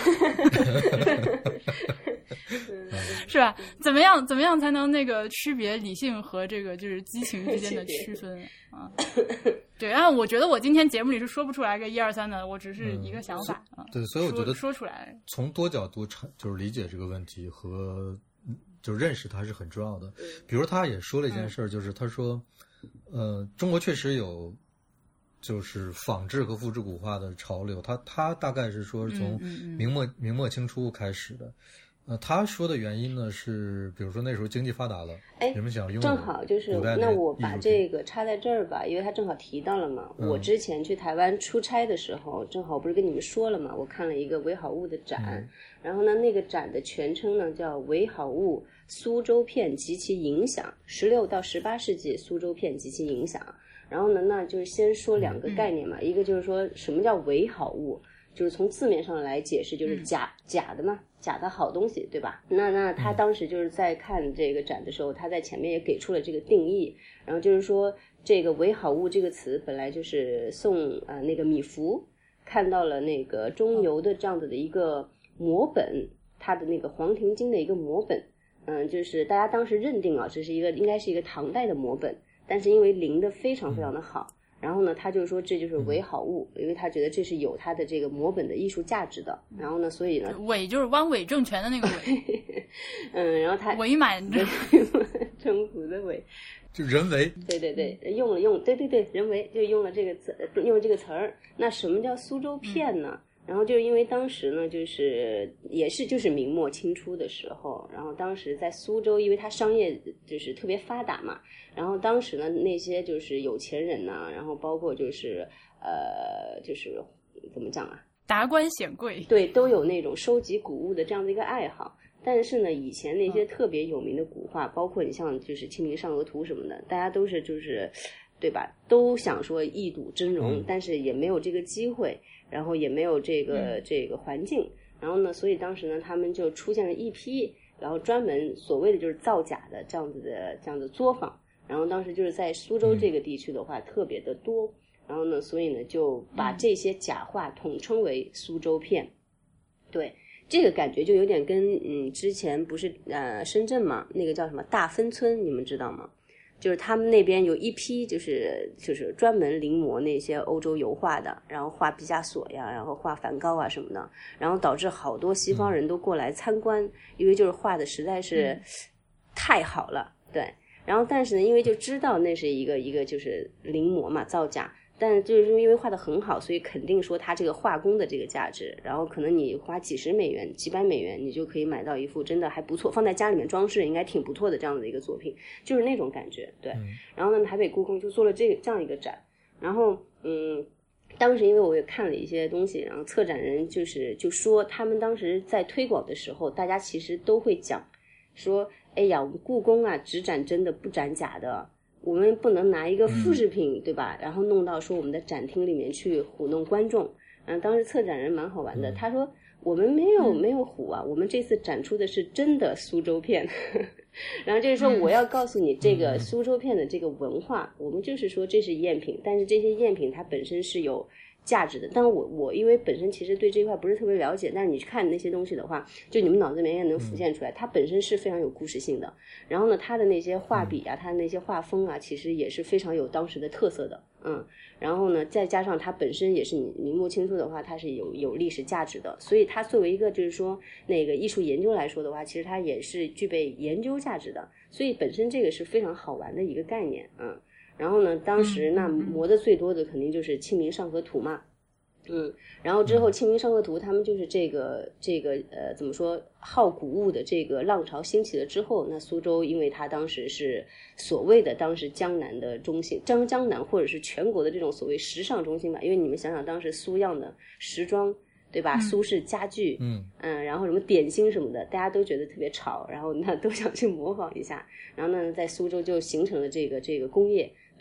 [SPEAKER 1] 是吧？怎么样？怎么样才能那个区别理性和这个就是激情之间的区分啊？对，然后我觉得我今天节目里是说不出来个一二三的，我只是一个想法、嗯、啊。
[SPEAKER 2] 对，所以我觉得
[SPEAKER 1] 说, 说出来，
[SPEAKER 2] 从多角度就是理解这个问题和就认识它是很重要的。比如他也说了一件事，就是他说，呃，中国确实有。就是仿制和复制古画的潮流，他他大概是说是从明末、嗯嗯、明末清初开始的。呃，他说的原因呢是，比如说那时候经济发达了，
[SPEAKER 3] 哎，
[SPEAKER 2] 人们想用
[SPEAKER 3] 正好就是那我把这个插在这儿吧，因为他正好提到了嘛。
[SPEAKER 2] 嗯、
[SPEAKER 3] 我之前去台湾出差的时候，正好不是跟你们说了嘛，我看了一个伪好物的展，
[SPEAKER 2] 嗯、
[SPEAKER 3] 然后呢，那个展的全称呢叫《伪好物苏州片及其影响：十六到十八世纪苏州片及其影响》。然后呢，那就是先说两个概念嘛，嗯、一个就是说什么叫伪好物，就是从字面上来解释，就是假、嗯、假的嘛，假的好东西，对吧？那那他当时就是在看这个展的时候，他在前面也给出了这个定义，然后就是说这个伪好物这个词本来就是宋呃那个米芾看到了那个中游的这样子的一个摹本，他的那个《黄庭经》的一个摹本，嗯，就是大家当时认定啊，这是一个应该是一个唐代的摹本。但是因为临的非常非常的好，然后呢，他就说这就是伪好物，因为他觉得这是有他的这个摹本的艺术价值的。然后呢，所以呢，
[SPEAKER 1] 伪就是汪伪政权的那个伪，
[SPEAKER 3] 嗯，然后他
[SPEAKER 1] 伪满
[SPEAKER 3] 征服的伪，
[SPEAKER 2] 就人为，
[SPEAKER 3] 对对对，用了用，对对对，人为就用了这个词，用了这个词儿。那什么叫苏州片呢？嗯然后就是因为当时呢，就是也是就是明末清初的时候，然后当时在苏州，因为它商业就是特别发达嘛，然后当时呢那些就是有钱人呐、啊，然后包括就是呃就是怎么讲啊，
[SPEAKER 1] 达官显贵，
[SPEAKER 3] 对，都有那种收集古物的这样的一个爱好。但是呢，以前那些特别有名的古画，嗯、包括你像就是《清明上河图》什么的，大家都是就是对吧，都想说一睹真容，嗯、但是也没有这个机会。然后也没有这个、嗯、这个环境，然后呢，所以当时呢，他们就出现了一批，然后专门所谓的就是造假的这样子的这样的作坊，然后当时就是在苏州这个地区的话、嗯、特别的多，然后呢，所以呢就把这些假画统称为苏州片，嗯、对，这个感觉就有点跟嗯之前不是呃深圳嘛，那个叫什么大芬村，你们知道吗？就是他们那边有一批就是就是专门临摹那些欧洲油画的，然后画毕加索呀，然后画梵高啊什么的，然后导致好多西方人都过来参观，因为就是画的实在是太好了，对。然后但是呢，因为就知道那是一个一个就是临摹嘛，造假。但就是因为画得很好，所以肯定说它这个画工的这个价值，然后可能你花几十美元几百美元你就可以买到一幅真的还不错，放在家里面装饰应该挺不错的这样的一个作品，就是那种感觉，对、嗯、然后呢台北故宫就做了这个这样一个展，然后嗯当时因为我也看了一些东西，然后策展人就是就说他们当时在推广的时候，大家其实都会讲说，哎呀我们故宫啊只展真的不展假的，我们不能拿一个复制品、嗯、对吧，然后弄到说我们的展厅里面去唬弄观众。嗯，当时策展人蛮好玩的、嗯、他说我们没有、嗯、没有唬啊，我们这次展出的是真的苏州片然后就是说我要告诉你这个苏州片的这个文化、嗯、我们就是说这是赝品，但是这些赝品它本身是有价值的，但我我因为本身其实对这一块不是特别了解，但是你去看那些东西的话，就你们脑子里面也能浮现出来、嗯、它本身是非常有故事性的，然后呢它的那些画笔啊、嗯、它的那些画风啊其实也是非常有当时的特色的，嗯，然后呢再加上它本身也是你明末清初的话它是有有历史价值的，所以它作为一个就是说那个艺术研究来说的话，其实它也是具备研究价值的，所以本身这个是非常好玩的一个概念，嗯。然后呢当时那磨的最多的肯定就是清明上河图嘛，嗯，然后之后清明上河图他们就是这个这个呃怎么说好古物的这个浪潮兴起了之后，那苏州因为它当时是所谓的当时江南的中心，江江南或者是全国的这种所谓时尚中心吧，因为你们想想当时苏样的时装对吧、嗯、苏式家具，嗯嗯，然后什么点心什么的大家都觉得特别潮，然后那都想去模仿一下，然后呢在苏州就形成了这个这个工业，对，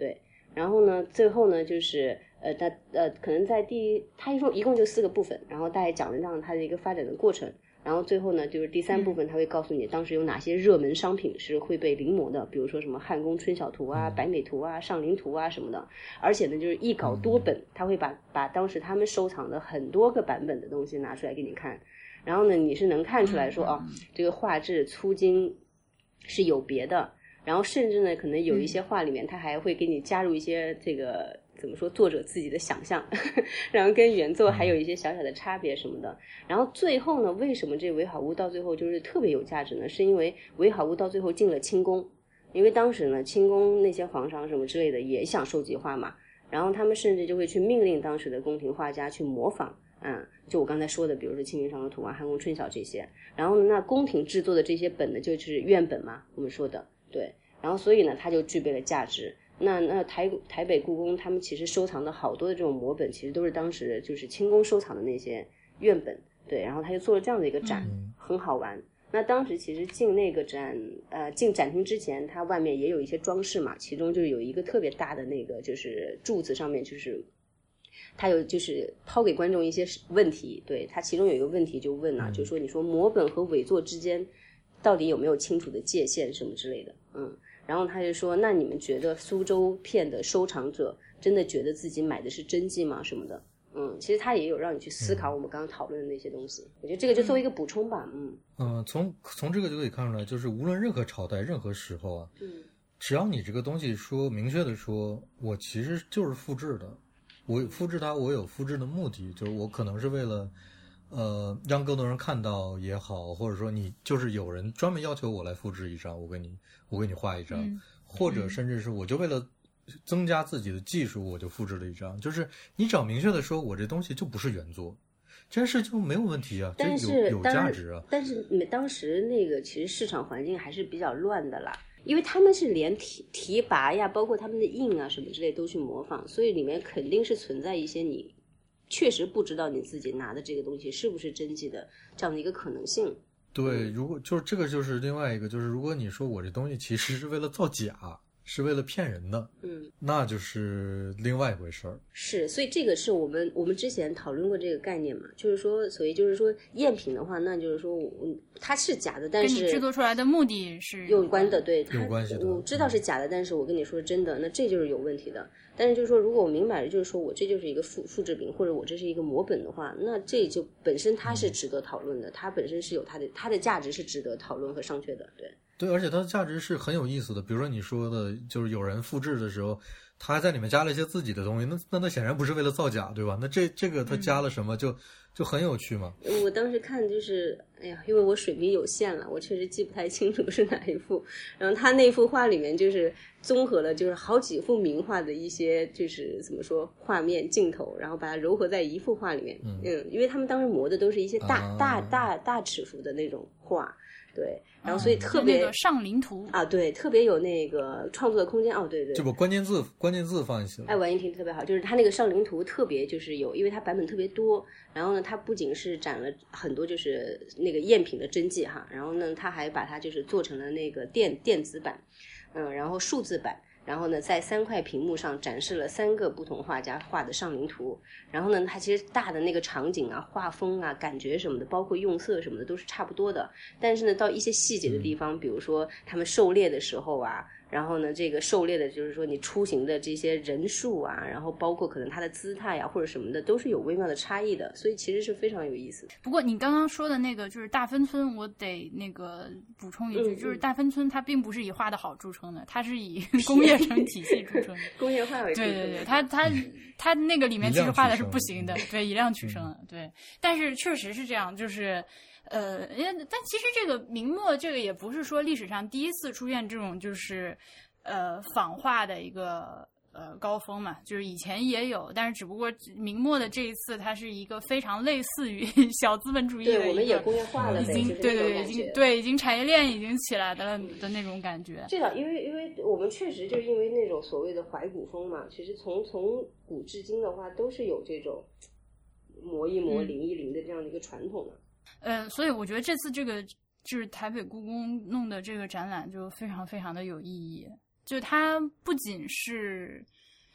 [SPEAKER 3] 然后呢，最后呢就是呃，他呃可能在第他一共一共就四个部分，然后大概讲了这样它的一个发展的过程。然后最后呢，就是第三部分，他会告诉你当时有哪些热门商品是会被临摹的，比如说什么汉宫春晓图啊、白美图啊、上林图啊什么的。而且呢，就是一稿多本，他会把把当时他们收藏的很多个版本的东西拿出来给你看。然后呢，你是能看出来说，哦，这个画质粗精是有别的。然后甚至呢，可能有一些画里面，他还会给你加入一些这个。怎么说作者自己的想象，然后跟原作还有一些小小的差别什么的。然后最后呢，为什么这韦好屋到最后就是特别有价值呢？是因为韦好屋到最后进了清宫，因为当时呢清宫那些皇上什么之类的也想收集画嘛，然后他们甚至就会去命令当时的宫廷画家去模仿，嗯，就我刚才说的，比如说清明上河图啊、汉宫春晓这些。然后呢，那宫廷制作的这些本呢，就是院本嘛，我们说的，对。然后所以呢，它就具备了价值。那那台台北故宫他们其实收藏的好多的这种摹本，其实都是当时就是清宫收藏的那些院本，对，然后他就做了这样的一个展，
[SPEAKER 2] 嗯、
[SPEAKER 3] 很好玩。那当时其实进那个展，呃，进展厅之前，它外面也有一些装饰嘛，其中就有一个特别大的那个就是柱子上面就是他有就是抛给观众一些问题，对，他其中有一个问题就问啊，
[SPEAKER 2] 嗯、
[SPEAKER 3] 就说你说摹本和伪作之间到底有没有清楚的界限什么之类的，嗯。然后他就说，那你们觉得苏州片的收藏者真的觉得自己买的是真迹吗什么的？嗯，其实他也有让你去思考我们刚刚讨论的那些东西，我觉得这个就作为一个补充吧。嗯
[SPEAKER 2] 嗯、呃，从从这个就可以看出来，就是无论任何朝代任何时候啊，
[SPEAKER 3] 嗯，
[SPEAKER 2] 只要你这个东西说明确的说我其实就是复制的，我复制它我有复制的目的，就是我可能是为了呃让更多人看到也好，或者说你就是有人专门要求我来复制一张，我给你我给你画一张、
[SPEAKER 1] 嗯、
[SPEAKER 2] 或者甚至是我就为了增加自己的技术我就复制了一张，就是你只要明确的说我这东西就不是原作，这件事就没有问题啊，
[SPEAKER 3] 但是
[SPEAKER 2] 这有有价值啊。
[SPEAKER 3] 但是当时那个其实市场环境还是比较乱的啦，因为他们是连提提拔呀，包括他们的印啊什么之类都去模仿，所以里面肯定是存在一些你确实不知道你自己拿的这个东西是不是真迹的这样的一个可能性。
[SPEAKER 2] 对，如果就是这个就是另外一个，就是如果你说我这东西其实是为了造假，是为了骗人的，
[SPEAKER 3] 嗯，
[SPEAKER 2] 那就是另外一回事儿。
[SPEAKER 3] 是，所以这个是我们我们之前讨论过这个概念嘛，就是说，所以就是说赝品的话，那就是说我它是假的，但是
[SPEAKER 1] 跟你制作出来的目的是
[SPEAKER 3] 有关的，对，
[SPEAKER 2] 有关系的。
[SPEAKER 3] 我知道是假的，但是我跟你说真的，那这就是有问题的。但是就是说，如果我明摆着就是说我这就是一个复复制品，或者我这是一个摹本的话，那这就本身它是值得讨论的，嗯、它本身是有它的它的价值是值得讨论和商榷的，对。
[SPEAKER 2] 对，而且它的价值是很有意思的。比如说你说的，就是有人复制的时候，他还在里面加了一些自己的东西，那那那显然不是为了造假，对吧？那这这个他加了什么就，就就很有趣嘛。
[SPEAKER 3] 我当时看就是，哎呀，因为我水平有限了，我确实记不太清楚是哪一幅。然后他那幅画里面就是综合了就是好几幅名画的一些就是怎么说画面镜头，然后把它糅合在一幅画里面。嗯，嗯因为他们当时摹的都是一些大、啊、大大大尺幅的那种画。对，然后所以特别、
[SPEAKER 1] 嗯、那个上林图
[SPEAKER 3] 啊，对，特别有那个创作的空间哦，对对，
[SPEAKER 2] 这不关键字关键字放一起了。
[SPEAKER 3] 哎，婉莹听特别好，就是他那个上林图特别就是有，因为它版本特别多，然后呢，它不仅是展了很多就是那个赝品的真迹哈，然后呢，他还把它就是做成了那个电电子版，嗯，然后数字版。然后呢，在三块屏幕上展示了三个不同画家画的上林图。然后呢，它其实大的那个场景啊、画风啊、感觉什么的，包括用色什么的，都是差不多的。但是呢，到一些细节的地方，比如说他们狩猎的时候啊，然后呢，这个狩猎的就是说你出行的这些人数啊，然后包括可能他的姿态啊或者什么的，都是有微妙的差异的。所以其实是非常有意思的。
[SPEAKER 1] 不过你刚刚说的那个就是大芬村，我得那个补充一句，
[SPEAKER 3] 嗯、
[SPEAKER 1] 就是大芬村它并不是以画的好著称的，它是以工业城体系著称的。
[SPEAKER 3] 工业化为
[SPEAKER 1] 对对对，它它它那个里面其实画的是不行的，对，以量取胜的，对。但是确实是这样，就是呃，但其实这个明末这个也不是说历史上第一次出现这种就是呃仿画的一个呃高峰嘛，就是以前也有，但是只不过明末的这一次它是一个非常类似于小资本主义的一个，
[SPEAKER 3] 对，我们也工业化了，
[SPEAKER 1] 已经对对对，已经对已经产业链已经起来的了的那种感觉。
[SPEAKER 3] 这个因为因为我们确实就是因为那种所谓的怀古风嘛，其实从从古至今的话都是有这种磨一磨零一零的这样的一个传统的。
[SPEAKER 1] 呃，所以我觉得这次这个就是台北故宫弄的这个展览就非常非常的有意义，就它不仅是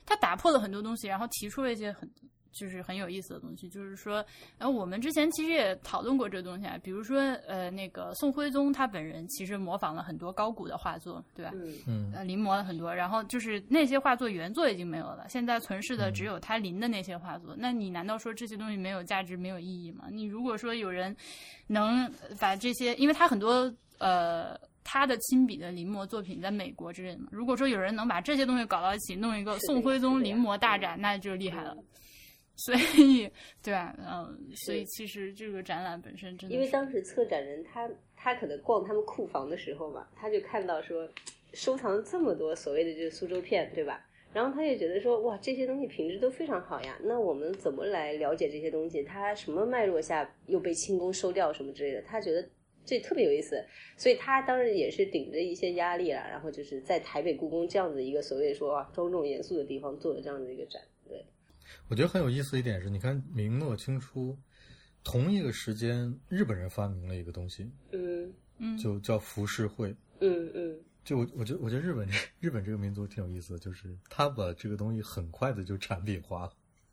[SPEAKER 1] 他打破了很多东西，然后提出了一些很就是很有意思的东西，就是说，然后我们之前其实也讨论过这个东西啊，比如说呃，那个宋徽宗他本人其实模仿了很多高古的画作，对吧？
[SPEAKER 2] 嗯，
[SPEAKER 1] 呃，临摹了很多，然后就是那些画作原作已经没有了，现在存世的只有他临的那些画作。嗯、那你难道说这些东西没有价值、没有意义吗？你如果说有人能把这些，因为他很多呃。他的亲笔的临摹作品在美国之类的嘛，如果说有人能把这些东西搞到一起，弄一个宋徽宗临摹大展，那就厉害了。所以，对吧？嗯，所以其实这个展览本身真的，
[SPEAKER 3] 因为当时策展人他他可能逛他们库房的时候嘛，他就看到说收藏这么多所谓的就是苏州片，对吧？然后他也觉得说，哇，这些东西品质都非常好呀，那我们怎么来了解这些东西？它什么脉络下又被清宫收掉什么之类的？他觉得这特别有意思，所以他当然也是顶着一些压力了，然后就是在台北故宫这样子一个所谓说啊庄重严肃的地方做了这样的一个展。对，
[SPEAKER 2] 我觉得很有意思一点是，你看明末清初同一个时间，日本人发明了一个东西，
[SPEAKER 3] 嗯
[SPEAKER 1] 嗯，
[SPEAKER 2] 就叫浮世绘，
[SPEAKER 3] 嗯嗯，
[SPEAKER 2] 就我我觉得我觉得日本日本这个民族挺有意思的，就是他把这个东西很快的就产品化了。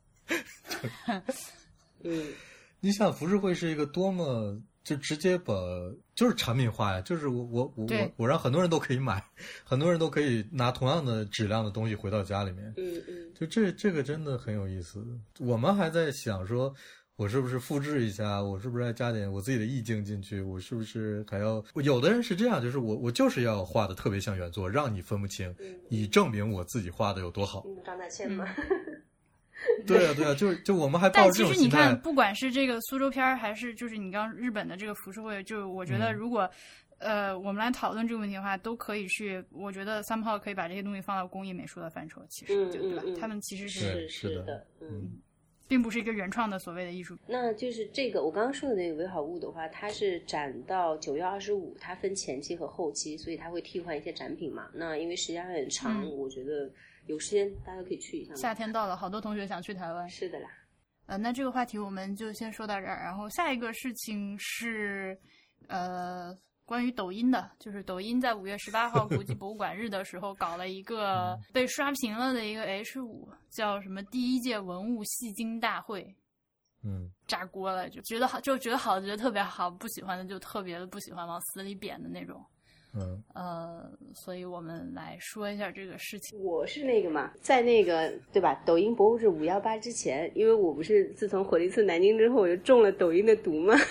[SPEAKER 3] 嗯，
[SPEAKER 2] 你想浮世绘是一个多么就直接把就是产品化呀，就是我我我我我让很多人都可以买，很多人都可以拿同样的质量的东西回到家里面。
[SPEAKER 3] 嗯嗯，
[SPEAKER 2] 就这这个真的很有意思。我们还在想说，我是不是复制一下，我是不是要加点我自己的意境进去，我是不是还要？有的人是这样，就是我我就是要画的特别像原作，让你分不清，
[SPEAKER 3] 嗯、
[SPEAKER 2] 以证明我自己画的有多好。
[SPEAKER 3] 嗯、张大千吗？
[SPEAKER 2] 对啊，对啊，就就我们还抱着这种心态。
[SPEAKER 1] 但其实你看，不管是这个苏州片还是就是你刚日本的这个浮世绘，就我觉得如果、嗯、呃我们来讨论这个问题的话，都可以去，我觉得somehow可以把这些东西放到工艺美术的范畴，其实、
[SPEAKER 3] 嗯、
[SPEAKER 1] 就对吧、
[SPEAKER 3] 嗯？
[SPEAKER 1] 他们其实
[SPEAKER 3] 是
[SPEAKER 2] 是
[SPEAKER 3] 的，嗯，
[SPEAKER 1] 并不是一个原创的所谓的艺术。
[SPEAKER 3] 那就是这个我刚刚说的那个唯好物的话，它是展到九月二十五，它分前期和后期，所以它会替换一些展品嘛。那因为时间还很长、嗯，我觉得。有时间大家可以去一下。
[SPEAKER 1] 夏天到了，好多同学想去台湾。
[SPEAKER 3] 是的啦。
[SPEAKER 1] 呃，那这个话题我们就先说到这儿。然后下一个事情是，呃，关于抖音的，就是抖音在五月十八号国际博物馆日的时候搞了一个被刷屏了的一个 H 五，叫什么第一届文物戏精大会。
[SPEAKER 2] 嗯，
[SPEAKER 1] 炸锅了，就觉得好，就觉得好，觉得特别好，不喜欢的就特别的不喜欢，往死里贬的那种。
[SPEAKER 2] 嗯，
[SPEAKER 1] 呃，所以我们来说一下这个事情。
[SPEAKER 3] 我是那个嘛，在那个对吧？抖音博物志五幺八之前，因为我不是自从回了一次南京之后，我就中了抖音的毒嘛，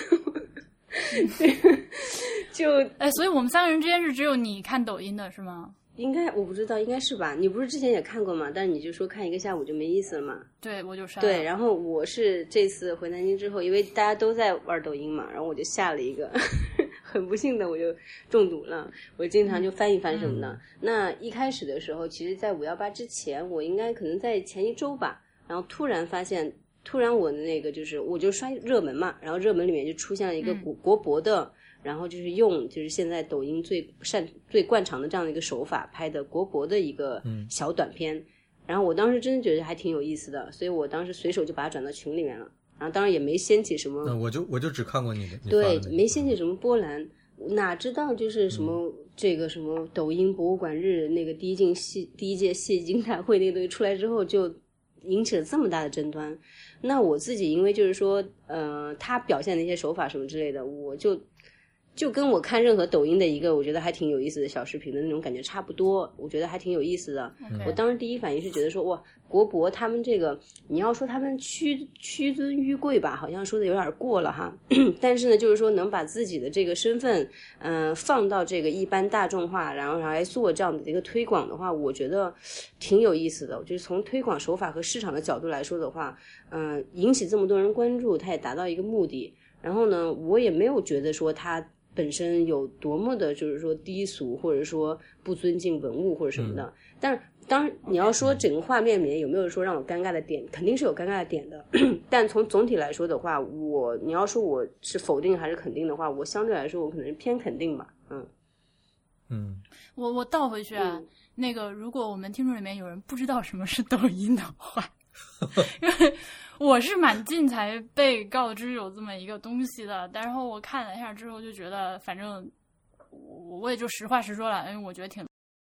[SPEAKER 3] 就
[SPEAKER 1] 哎，所以我们三个人之间是只有你看抖音的是吗？
[SPEAKER 3] 应该我不知道，应该是吧？你不是之前也看过吗？但是你就说看一个下午就没意思了嘛。
[SPEAKER 1] 对，我就删了。
[SPEAKER 3] 对，然后我是这次回南京之后，因为大家都在玩抖音嘛，然后我就下了一个。很不幸的我就中毒了，我经常就翻一翻什么的、嗯、那一开始的时候其实在五幺八之前我应该可能在前一周吧，然后突然发现突然我的那个就是我就刷热门嘛，然后热门里面就出现了一个国国博的、嗯、然后就是用就是现在抖音最擅最惯常的这样的一个手法拍的国博的一个小短片、嗯、然后我当时真的觉得还挺有意思的，所以我当时随手就把它转到群里面了，然后当然也没掀起什么，
[SPEAKER 2] 那我就我就只看过你的，
[SPEAKER 3] 对，没掀起什么波澜，哪知道就是什么、嗯、这个什么抖音博物馆日那个第一届戏第一届戏精大会那个东西出来之后，就引起了这么大的争端。那我自己因为就是说，呃，他表现的一些手法什么之类的，我就。就跟我看任何抖音的一个我觉得还挺有意思的小视频的那种感觉差不多，我觉得还挺有意思的、okay. 我当时第一反应是觉得说哇，国博他们这个你要说他们屈屈尊于贵吧，好像说的有点过了哈但是呢就是说能把自己的这个身份嗯、呃、放到这个一般大众化，然后来做这样的一个推广的话，我觉得挺有意思的。我觉得从推广手法和市场的角度来说的话嗯、呃，引起这么多人关注，它也达到一个目的。然后呢我也没有觉得说它本身有多么的就是说低俗，或者说不尊敬文物或者什么的、嗯、但是当然你要说整个画面里面有没有说让我尴尬的点，肯定是有尴尬的点的但从总体来说的话，我你要说我是否定还是肯定的话，我相对来说我可能是偏肯定吧。嗯
[SPEAKER 2] 嗯，
[SPEAKER 1] 我我倒回去啊、嗯、那个如果我们听众里面有人不知道什么是抖音的话因为我是蛮近才被告知有这么一个东西的，然后我看了一下之后就觉得反正我我也就实话实说了，因为我觉得挺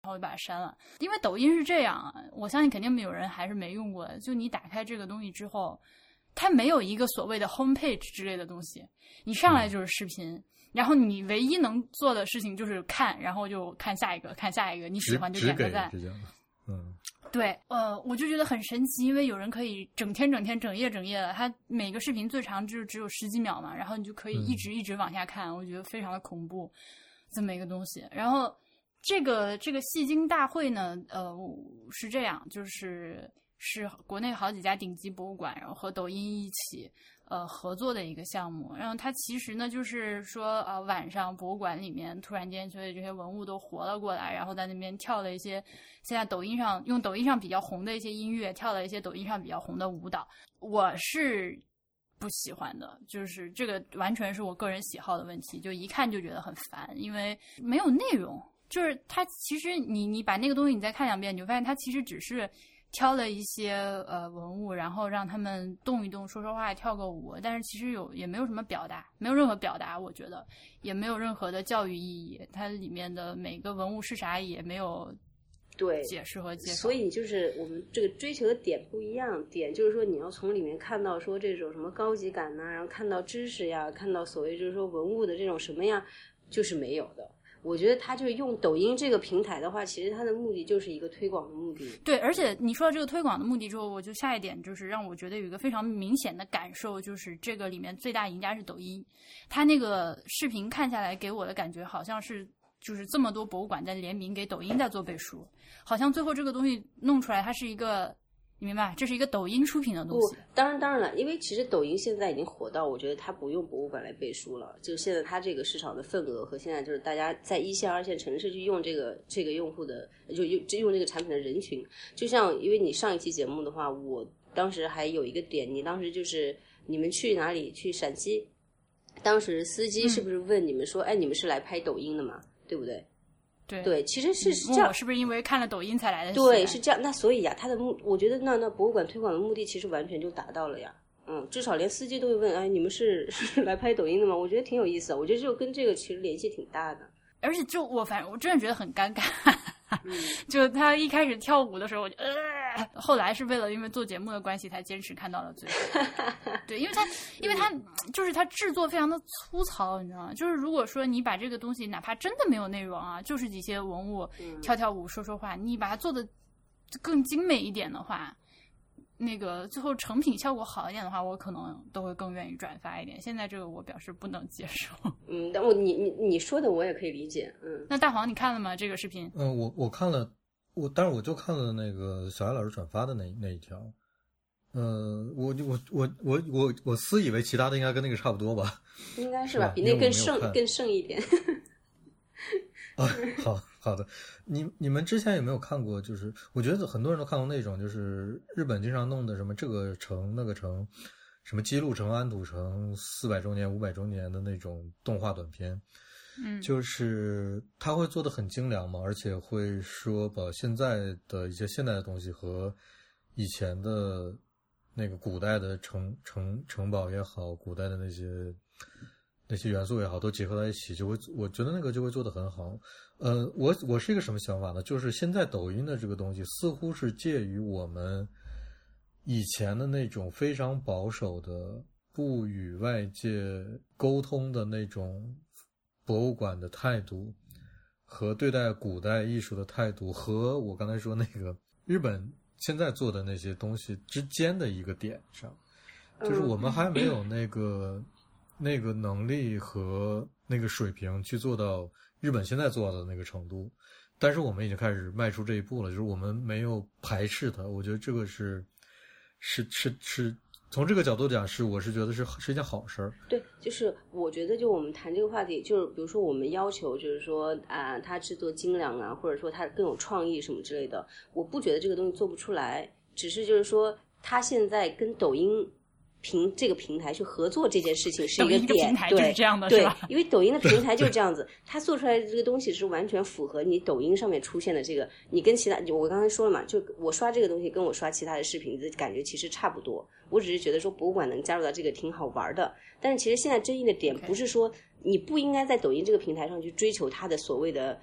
[SPEAKER 1] 然后就把它删了。因为抖音是这样，我相信肯定有人还是没用过的，就你打开这个东西之后，它没有一个所谓的 homepage 之类的东西，你上来就是视频、嗯、然后你唯一能做的事情就是看，然后就看下一个看下一个，你喜欢就点个赞。
[SPEAKER 2] 嗯，
[SPEAKER 1] 对，呃，我就觉得很神奇，因为有人可以整天整天整夜整夜的，他每个视频最长就只有十几秒嘛，然后你就可以一直一直往下看、嗯、我觉得非常的恐怖这么一个东西。然后这个这个戏精大会呢，呃，是这样，就是是国内好几家顶级博物馆，然后和抖音一起呃合作的一个项目。然后它其实呢就是说呃晚上博物馆里面突然间所有这些文物都活了过来，然后在那边跳了一些现在抖音上用抖音上比较红的一些音乐，跳了一些抖音上比较红的舞蹈。我是不喜欢的，就是这个完全是我个人喜好的问题，就一看就觉得很烦，因为没有内容。就是它其实你你把那个东西你再看两遍，你就发现它其实只是挑了一些呃文物，然后让他们动一动说说话跳个舞，但是其实有也没有什么表达，没有任何表达，我觉得也没有任何的教育意义，它里面的每个文物是啥也没有
[SPEAKER 3] 对
[SPEAKER 1] 解释和介绍。
[SPEAKER 3] 所以就是我们这个追求的点不一样，点就是说你要从里面看到说这种什么高级感呐、啊，然后看到知识呀，看到所谓就是说文物的这种什么呀，就是没有的。我觉得他就是用抖音这个平台的话，其实它的目的就是一个推广的目的。
[SPEAKER 1] 对，而且你说到这个推广的目的之后，我就下一点就是让我觉得有一个非常明显的感受，就是这个里面最大赢家是抖音。他那个视频看下来给我的感觉好像是就是这么多博物馆在联名给抖音在做背书，好像最后这个东西弄出来它是一个，你明白，这是一个抖音出品的东西。
[SPEAKER 3] 当然当然了，因为其实抖音现在已经火到我觉得它不用博物馆来背书了，就现在它这个市场的份额和现在就是大家在一线二线城市去用这个这个用户的就用用这个产品的人群，就像因为你上一期节目的话，我当时还有一个点，你当时就是你们去哪里，去陕西，当时司机是不是问你们说、嗯、哎你们是来拍抖音的吗，对不对？
[SPEAKER 1] 对
[SPEAKER 3] 对，其实是这样。
[SPEAKER 1] 我是不是因为看了抖音才来的？
[SPEAKER 3] 对，是这样。那所以呀，他的目，我觉得那那博物馆推广的目的其实完全就达到了呀。嗯，至少连司机都会问，哎，你们是是来拍抖音的吗？我觉得挺有意思的。我觉得就跟这个其实联系挺大的。
[SPEAKER 1] 而且就我反正我真的觉得很尴尬。嗯、就他一开始跳舞的时候，我就呃，后来是为了因为做节目的关系才坚持看到了最后。对，因为他因为他就是他制作非常的粗糙，你知道吗？就是如果说你把这个东西哪怕真的没有内容啊，就是几些文物跳跳舞说说话，你把它做的更精美一点的话，那个最后成品效果好一点的话，我可能都会更愿意转发一点。现在这个我表示不能接受。
[SPEAKER 3] 嗯，但我你你你说的我也可以理解。嗯，
[SPEAKER 1] 那大黄你看了吗？这个视频？
[SPEAKER 2] 嗯，我我看了，我但是我就看了那个小艾老师转发的那那一条。呃，我我我我我我私以为其他的应该跟那个差不多吧？
[SPEAKER 3] 应该是吧，比那个更盛更盛一点。
[SPEAKER 2] 啊，好好的，你你们之前有没有看过？就是我觉得很多人都看过那种，就是日本经常弄的什么这个城那个城，什么姬路城、安土城四百周年、五百周年的那种动画短片。
[SPEAKER 1] 嗯，
[SPEAKER 2] 就是他会做的很精良嘛，而且会说把现在的一些现代的东西和以前的那个古代的城城城堡也好，古代的那些。那些元素也好，都结合在一起，就会我觉得那个就会做得很好。呃，我我是一个什么想法呢？就是现在抖音的这个东西，似乎是介于我们以前的那种非常保守的、不与外界沟通的那种博物馆的态度，和对待古代艺术的态度，和我刚才说那个日本现在做的那些东西之间的一个点上，就是我们还没有那个。那个能力和那个水平去做到日本现在做到的那个程度，但是我们已经开始迈出这一步了，就是我们没有排斥它。我觉得这个是是是是从这个角度讲，是我是觉得是是一件好事儿。
[SPEAKER 3] 对，就是我觉得就我们谈这个话题，就是比如说我们要求就是说啊、呃，它制作精良啊，或者说它更有创意什么之类的，我不觉得这个东西做不出来，只是就是说它现在跟抖音。平这个平台去合作这件事情是一个点，
[SPEAKER 1] 抖音的平台就是这样的，
[SPEAKER 3] 对，
[SPEAKER 1] 是吧？
[SPEAKER 3] 因为抖音的平台就是这样子，它做出来的这个东西是完全符合你抖音上面出现的这个，你跟其他我刚才说了嘛，就我刷这个东西跟我刷其他的视频的感觉其实差不多，我只是觉得说博物馆能加入到这个挺好玩的，但是其实现在争议的点不是说你不应该在抖音这个平台上去追求它的所谓的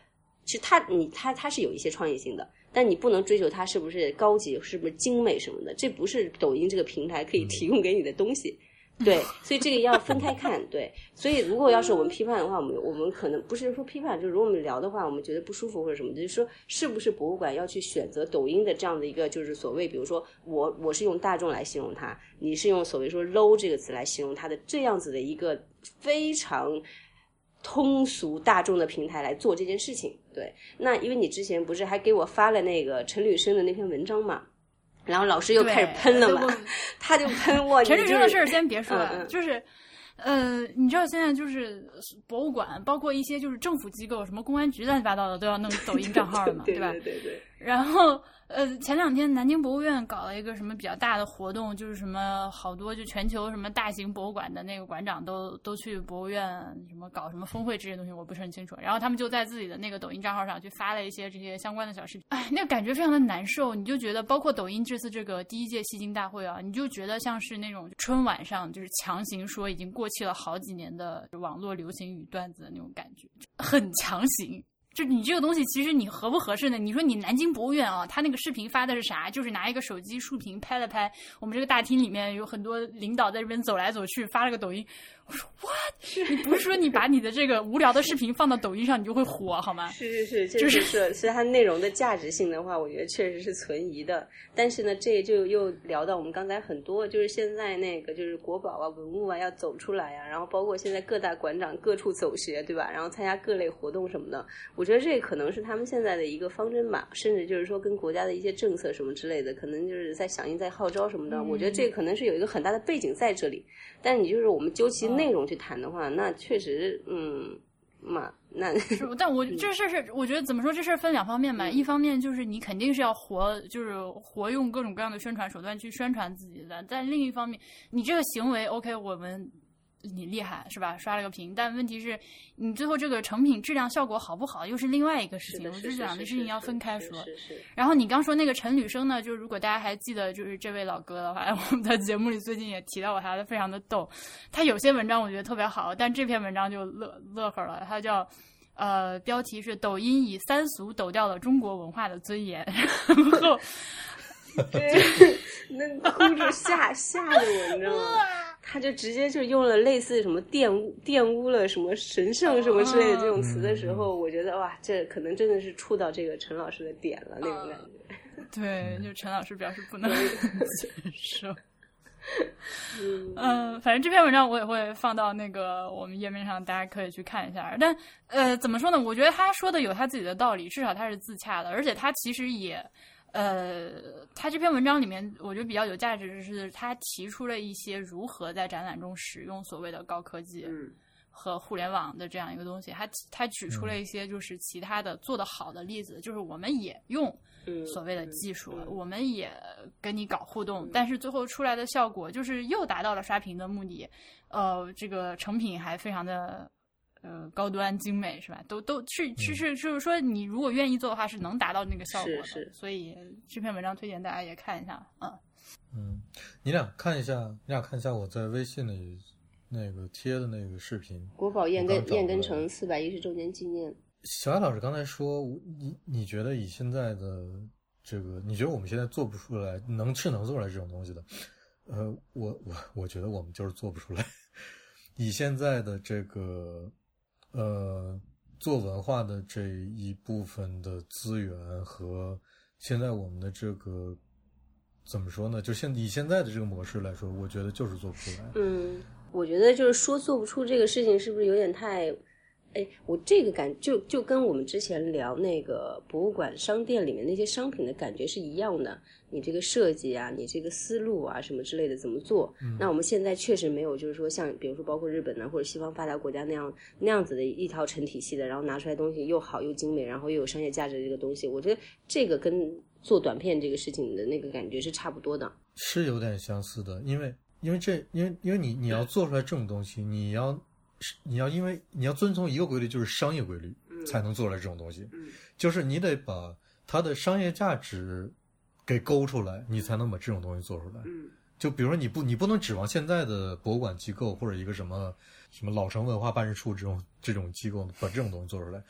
[SPEAKER 3] 其实它你它它是有一些创意性的，但你不能追求它是不是高级，是不是精美什么的，这不是抖音这个平台可以提供给你的东西。对，所以这个要分开看。对，所以如果要是我们批判的话，我们我们可能不是说批判，就是如果我们聊的话，我们觉得不舒服或者什么，就是说是不是博物馆要去选择抖音的这样的一个，就是所谓，比如说我我是用大众来形容它，你是用所谓说 low 这个词来形容它的这样子的一个非常通俗大众的平台来做这件事情。对，那因为你之前不是还给我发了那个陈履生的那篇文章嘛，然后老师又开始喷了嘛，他就喷我。
[SPEAKER 1] 陈履生的事儿先别说了，
[SPEAKER 3] 嗯嗯
[SPEAKER 1] 就是，呃，你知道现在就是博物馆，包括一些就是政府机构，什么公安局乱七八糟的都要弄抖音账号了嘛，
[SPEAKER 3] 对
[SPEAKER 1] 吧？
[SPEAKER 3] 对对对。
[SPEAKER 1] 然后，呃，前两天南京博物院搞了一个什么比较大的活动，就是什么好多就全球什么大型博物馆的那个馆长都都去博物院什么搞什么峰会这些东西，我不是很清楚。然后他们就在自己的那个抖音账号上去发了一些这些相关的小视频，哎，那个感觉非常的难受。你就觉得，包括抖音这次这个第一届戏精大会啊，你就觉得像是那种春晚上就是强行说已经过气了好几年的网络流行语段子的那种感觉，很强行。就你这个东西其实你合不合适呢？你说你南京博物院啊，他那个视频发的是啥？就是拿一个手机竖屏拍了拍我们这个大厅里面有很多领导在这边走来走去，发了个抖音。我说 what？ 你不是说你把你的这个无聊的视频放到抖音上你就会火好吗？
[SPEAKER 3] 是是是，就是是是它内容的价值性的话，我觉得确实是存疑的。但是呢，这就又聊到我们刚才很多，就是现在那个就是国宝啊、文物啊要走出来啊，然后包括现在各大馆长各处走学，对吧？然后参加各类活动什么的，我觉得这可能是他们现在的一个方针吧，甚至就是说跟国家的一些政策什么之类的，可能就是在响应、在号召什么的。嗯、我觉得这可能是有一个很大的背景在这里。但你就是我们究其内容去谈的话，哦、那确实，嗯，嘛，那
[SPEAKER 1] 是，但我这事是，我觉得怎么说，这事儿分两方面吧。一方面就是你肯定是要活，就是活用各种各样的宣传手段去宣传自己的，但另一方面，你这个行为 OK， 我们。你厉害是吧？刷了个屏，但问题是你最后这个成品质量效果好不好又是另外一个事情。我就两个事情要分开说。然后你刚说那个陈履生呢，就是如果大家还记得就是这位老哥的话，我们在节目里最近也提到过他，非常的逗。他有些文章我觉得特别好，但这篇文章就乐乐呵了。他叫呃标题是抖音以三俗抖掉了中国文化的尊严，然后
[SPEAKER 3] 对，那哭着吓吓着我，你知道吗？他就直接就用了类似什么玷污玷污了什么神圣什么之类的这种词的时候，我觉得哇，这可能真的是触到这个陈老师的点了，那种感觉。
[SPEAKER 1] 对，就陈老师表示不能接受。嗯、呃，反正这篇文章我也会放到那个我们页面上，大家可以去看一下。但呃，怎么说呢？我觉得他说的有他自己的道理，至少他是自洽的，而且他其实也。呃，他这篇文章里面，我觉得比较有价值的是，他提出了一些如何在展览中使用所谓的高科技和互联网的这样一个东西。他他举出了一些就是其他的做得好的例子，就是我们也用所谓的技术，我们也跟你搞互动，但是最后出来的效果就是又达到了刷屏的目的，呃，这个成品还非常的。呃，高端精美是吧？都都是是是，就是说，你如果愿意做的话，是能达到那个效果的。
[SPEAKER 3] 是是，
[SPEAKER 1] 所以这篇文章推荐大家也看一下。嗯
[SPEAKER 2] 嗯，你俩看一下，你俩看一下我在微信里那个贴的那个视频。
[SPEAKER 3] 国宝燕根燕根城四百一十周年纪念。
[SPEAKER 2] 小艾老师刚才说，你你觉得以现在的这个，你觉得我们现在做不出来，能是能做出来这种东西的？呃，我我我觉得我们就是做不出来。以现在的这个。呃，做文化的这一部分的资源和现在我们的这个怎么说呢？就现以现在的这个模式来说，我觉得就是做不出来。
[SPEAKER 3] 嗯，我觉得就是说做不出这个事情，是不是有点太？哎，我这个感就就跟我们之前聊那个博物馆商店里面那些商品的感觉是一样的。你这个设计啊，你这个思路啊，什么之类的怎么做？嗯、那我们现在确实没有，就是说像比如说包括日本呢，或者西方发达国家那样那样子的一套成体系的，然后拿出来东西又好又精美，然后又有商业价值的这个东西，我觉得这个跟做短片这个事情的那个感觉是差不多的。
[SPEAKER 2] 是有点相似的，因为因为这因为因为你你要做出来这种东西，你要。你要因为你要遵从一个规律，就是商业规律，才能做出来这种东西。
[SPEAKER 3] 嗯，
[SPEAKER 2] 就是你得把它的商业价值给勾出来，你才能把这种东西做出来。
[SPEAKER 3] 嗯，
[SPEAKER 2] 就比如说你不你不能指望现在的博物馆机构或者一个什么什么老城文化办事处这种这种机构把这种东西做出来。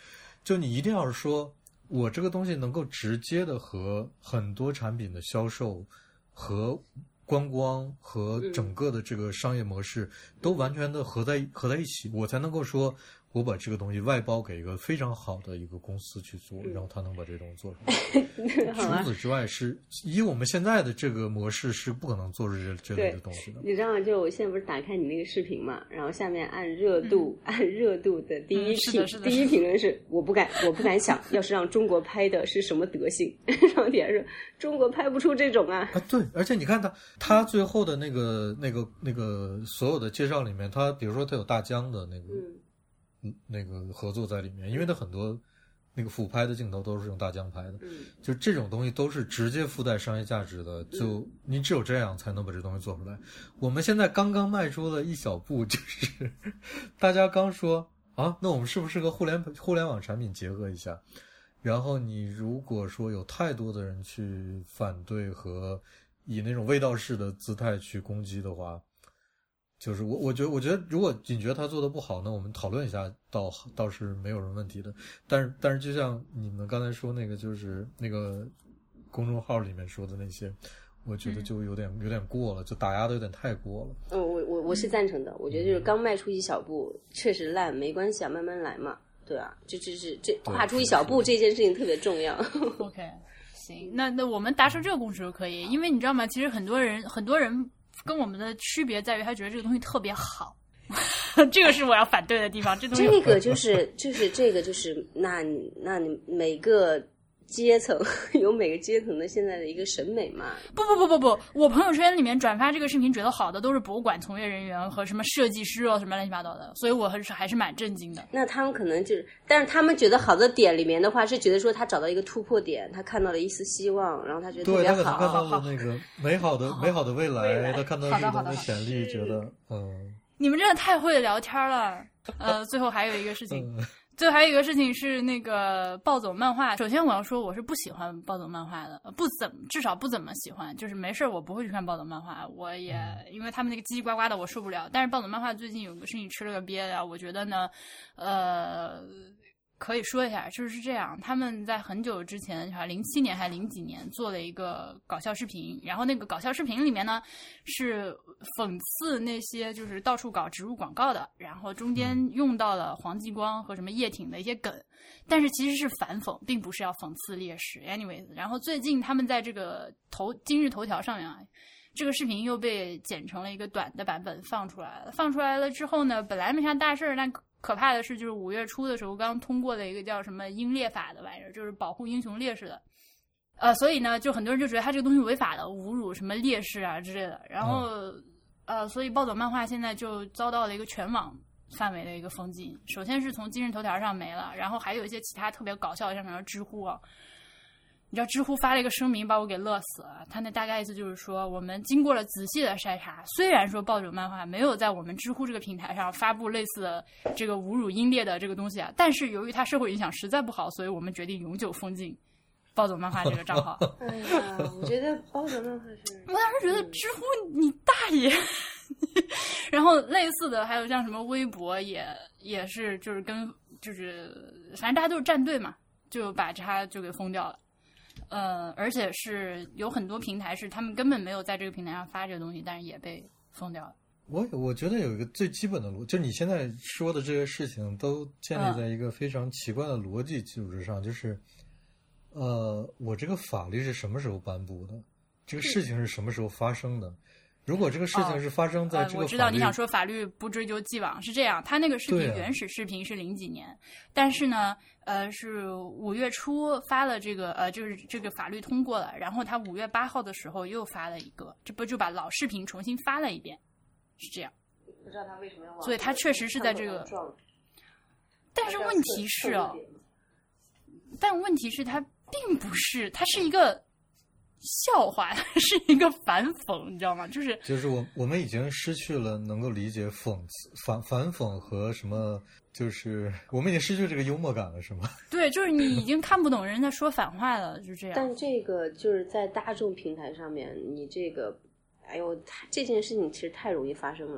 [SPEAKER 2] 就你一定要是说我这个东西能够直接的和很多产品的销售和观光和整个的这个商业模式都完全的合在合在一起，我才能够说我把这个东西外包给一个非常好的一个公司去做，然后他能把这个东西做出来。除此之外，是以我们现在的这个模式是不可能做出这这类的东西的。
[SPEAKER 3] 你知道吗？就我现在不是打开你那个视频嘛，然后下面按热度、嗯、按热度的第一评、嗯、第一评论是我不敢我不敢想，要是让中国拍的是什么德行？然后底下说中国拍不出这种啊。
[SPEAKER 2] 啊，对，而且你看他他最后的那个那个那个所有的介绍里面，他比如说他有大疆的那个。嗯那个合作在里面，因为它很多那个俯拍的镜头都是用大疆拍的，
[SPEAKER 3] 嗯，
[SPEAKER 2] 就这种东西都是直接附带商业价值的，就你只有这样才能把这东西做出来。我们现在刚刚迈出了一小步，就是大家刚说啊，那我们是不是和互联互联网产品结合一下？然后你如果说有太多的人去反对和以那种卫道式的姿态去攻击的话。就是我，我觉得，我觉得，如果你觉得他做的不好，那我们讨论一下，倒倒是没有什么问题的。但是，但是，就像你们刚才说那个，就是那个公众号里面说的那些，我觉得就有点、嗯、有点过了，就打压的有点太过了。
[SPEAKER 3] 嗯，我我我是赞成的。我觉得就是刚迈出一小步，确实烂，没关系啊，慢慢来嘛，对啊，这这是这跨出一小步这件事情特别重要。
[SPEAKER 1] OK， 行，那那我们达成这个共识就可以，因为你知道吗？其实很多人很多人。跟我们的区别在于，他觉得这个东西特别好，这个是我要反对的地方。这东西
[SPEAKER 3] 这个就是就是这个就是那你那你每个阶层有每个阶层的现在的一个审美嘛？
[SPEAKER 1] 不不不不不，我朋友圈里面转发这个视频觉得好的都是博物馆从业人员和什么设计师哦，什么乱七八糟的，所以我还是还是蛮震惊的。
[SPEAKER 3] 那他们可能就是，但是他们觉得好的点里面的话，是觉得说他找到一个突破点，他看到了一丝希望，然后他觉得特别好。
[SPEAKER 2] 对，他可能看到了那个美好的美好的未来，他看到这种的潜力，觉得嗯。
[SPEAKER 1] 你们真的太会聊天了。呃，最后还有一个事情。嗯最后还有一个事情是那个暴走漫画。首先我要说我是不喜欢暴走漫画的，不怎么至少不怎么喜欢，就是没事我不会去看暴走漫画，我也因为他们那个叽叽呱呱的我受不了。但是暴走漫画最近有个事情吃了个瘪的，我觉得呢，呃。可以说一下，就是这样。他们在很久之前，好像零七年还零几年做了一个搞笑视频，然后那个搞笑视频里面呢，是讽刺那些就是到处搞植入广告的，然后中间用到了黄继光和什么叶挺的一些梗，但是其实是反讽，并不是要讽刺烈士。anyways， 然后最近他们在这个头今日头条上面啊。这个视频又被剪成了一个短的版本放出来了。放出来了之后呢，本来没啥大事儿，但可怕的是，就是五月初的时候刚通过了一个叫什么英烈法的玩意儿，就是保护英雄烈士的。呃，所以呢，就很多人就觉得他这个东西违法的，侮辱什么烈士啊之类的。然后，嗯、呃，所以暴走漫画现在就遭到了一个全网范围的一个封禁。首先是从今日头条上没了，然后还有一些其他特别搞笑的，像比如知乎啊。你知道知乎发了一个声明把我给乐死了，他那大概意思就是说，我们经过了仔细的筛查，虽然说暴走漫画没有在我们知乎这个平台上发布类似的这个侮辱英烈的这个东西啊，但是由于它社会影响实在不好，所以我们决定永久封禁暴走漫画这个账号。
[SPEAKER 3] 哎呀，我觉得暴走漫画是，
[SPEAKER 1] 我当时觉得知乎你大爷。然后类似的还有像什么微博也也是就是跟就是反正大家都是站队嘛，就把它就给封掉了。呃，而且是有很多平台是他们根本没有在这个平台上发这个东西，但是也被封掉了。
[SPEAKER 2] 我我觉得有一个最基本的逻辑，就你现在说的这些事情都建立在一个非常奇怪的逻辑基础之上，嗯、就是呃，我这个法律是什么时候颁布的？这个事情是什么时候发生的？如果这个事情是发生在这个法律、哦呃、我
[SPEAKER 1] 知道你想说法律不追究既往是这样。他那个视频原始视频是零几年，啊、但是呢，呃，是五月初发了这个呃，就是这个法律通过了，然后他五月八号的时候又发了一个，这不就把老视频重新发了一遍，是这样。
[SPEAKER 3] 不知道他为什么要往，
[SPEAKER 1] 所以他确实是在这个，但是问题是哦，但问题是他并不是，他是一个。笑话是一个反讽，你知道吗？就是
[SPEAKER 2] 就是我我们已经失去了能够理解讽刺反反讽和什么，就是我们已经失去这个幽默感了，是吗？
[SPEAKER 1] 对，就是你已经看不懂人在说反话了，就这样。
[SPEAKER 3] 但这个就是在大众平台上面，你这个，哎呦，这件事情其实太容易发生了。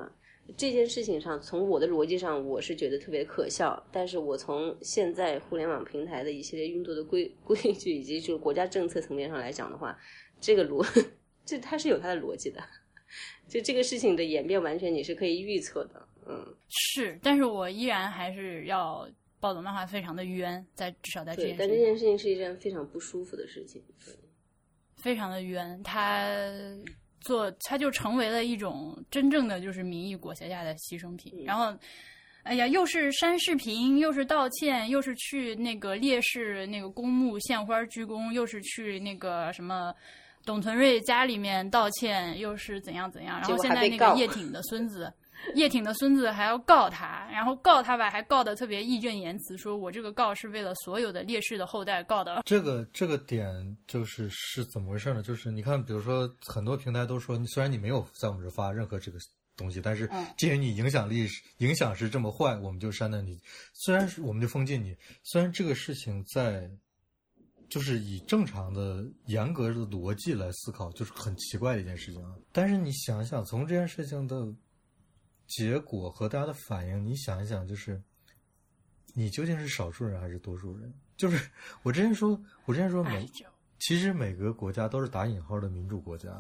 [SPEAKER 3] 这件事情上，从我的逻辑上，我是觉得特别可笑。但是我从现在互联网平台的一系列运作的规规矩以及就是国家政策层面上来讲的话，这个逻这它是有它的逻辑的。就这个事情的演变，完全你是可以预测的。嗯，
[SPEAKER 1] 是，但是我依然还是要暴走漫画非常的冤，在至少在这件事情，
[SPEAKER 3] 对，但这件事情是一件非常不舒服的事情，
[SPEAKER 1] 非常的冤。他做，他就成为了一种真正的就是民意裹挟下的牺牲品。嗯、然后，哎呀，又是删视频，又是道歉，又是去那个烈士那个公墓献花鞠躬，又是去那个什么董存瑞家里面道歉，又是怎样怎样。然后现在那个叶挺的孙子。叶挺的孙子还要告他，然后告他吧，还告得特别义正言辞，说我这个告是为了所有的烈士的后代告的。
[SPEAKER 2] 这个这个点就是是怎么回事呢？就是你看，比如说很多平台都说，虽然你没有在我们这发任何这个东西，但是既然你影响力影响是这么坏，我们就删了你。虽然是我们就封禁你，虽然这个事情在就是以正常的严格的逻辑来思考，就是很奇怪的一件事情啊。但是你想想，从这件事情的结果和大家的反应，你想一想，就是你究竟是少数人还是多数人？就是我之前说，我之前说每其实每个国家都是打引号的民主国家。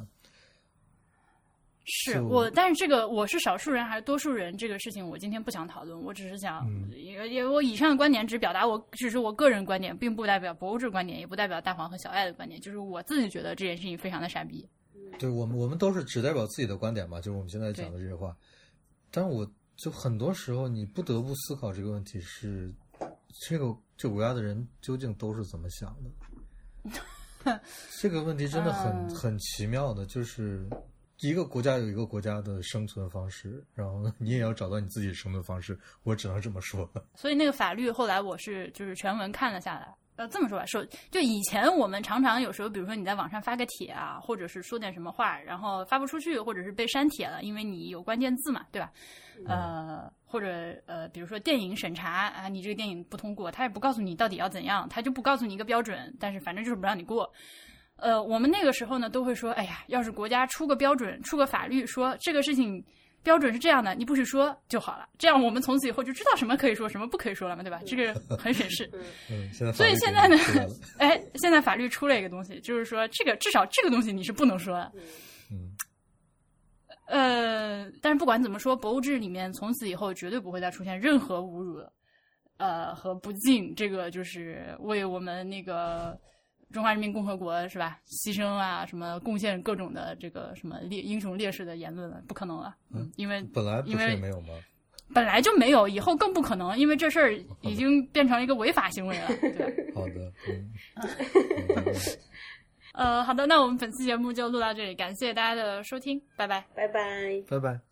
[SPEAKER 1] 是我，但是这个我是少数人还是多数人这个事情，我今天不想讨论。我只是想，嗯、也也我以上的观点只表达我只是我个人观点，并不代表博物志观点，也不代表大黄和小爱的观点。就是我自己觉得这件事情非常的傻逼。
[SPEAKER 2] 对我们，我们都是只代表自己的观点嘛，就是我们现在讲的这些话。但我就很多时候，你不得不思考这个问题是，这个这个国家的人究竟都是怎么想的？这个问题真的很、嗯、很奇妙的，就是一个国家有一个国家的生存方式，然后你也要找到你自己的生存方式，我只能这么说。
[SPEAKER 1] 所以那个法律后来我是就是全文看了下来。呃，这么说吧，说就以前我们常常有时候，比如说你在网上发个帖啊，或者是说点什么话，然后发不出去，或者是被删帖了，因为你有关键字嘛，对吧？呃，或者呃，比如说电影审查啊，你这个电影不通过，他也不告诉你到底要怎样，他就不告诉你一个标准，但是反正就是不让你过。呃，我们那个时候呢，都会说，哎呀，要是国家出个标准，出个法律，说这个事情标准是这样的，你不许说就好了，这样我们从此以后就知道什么可以说，什么不可以说了嘛，对吧？这个很省事。
[SPEAKER 2] 嗯，现在
[SPEAKER 1] 所以现在呢，哎，现在法律出了一个东西，就是说这个至少这个东西你是不能说的。
[SPEAKER 2] 嗯。
[SPEAKER 1] 呃，但是不管怎么说，博物志里面从此以后绝对不会再出现任何侮辱，呃和不敬，这个就是为我们那个中华人民共和国是吧？牺牲啊，什么贡献各种的这个什么烈英雄烈士的言论了，不可能了。嗯，因为
[SPEAKER 2] 本来不是没有吗？
[SPEAKER 1] 本来就没有，以后更不可能，因为这事儿已经变成了一个违法行为了。对，
[SPEAKER 2] 好的，嗯。
[SPEAKER 1] 呃，好的，那我们本期节目就录到这里，感谢大家的收听，拜拜，
[SPEAKER 3] 拜拜，
[SPEAKER 2] 拜拜。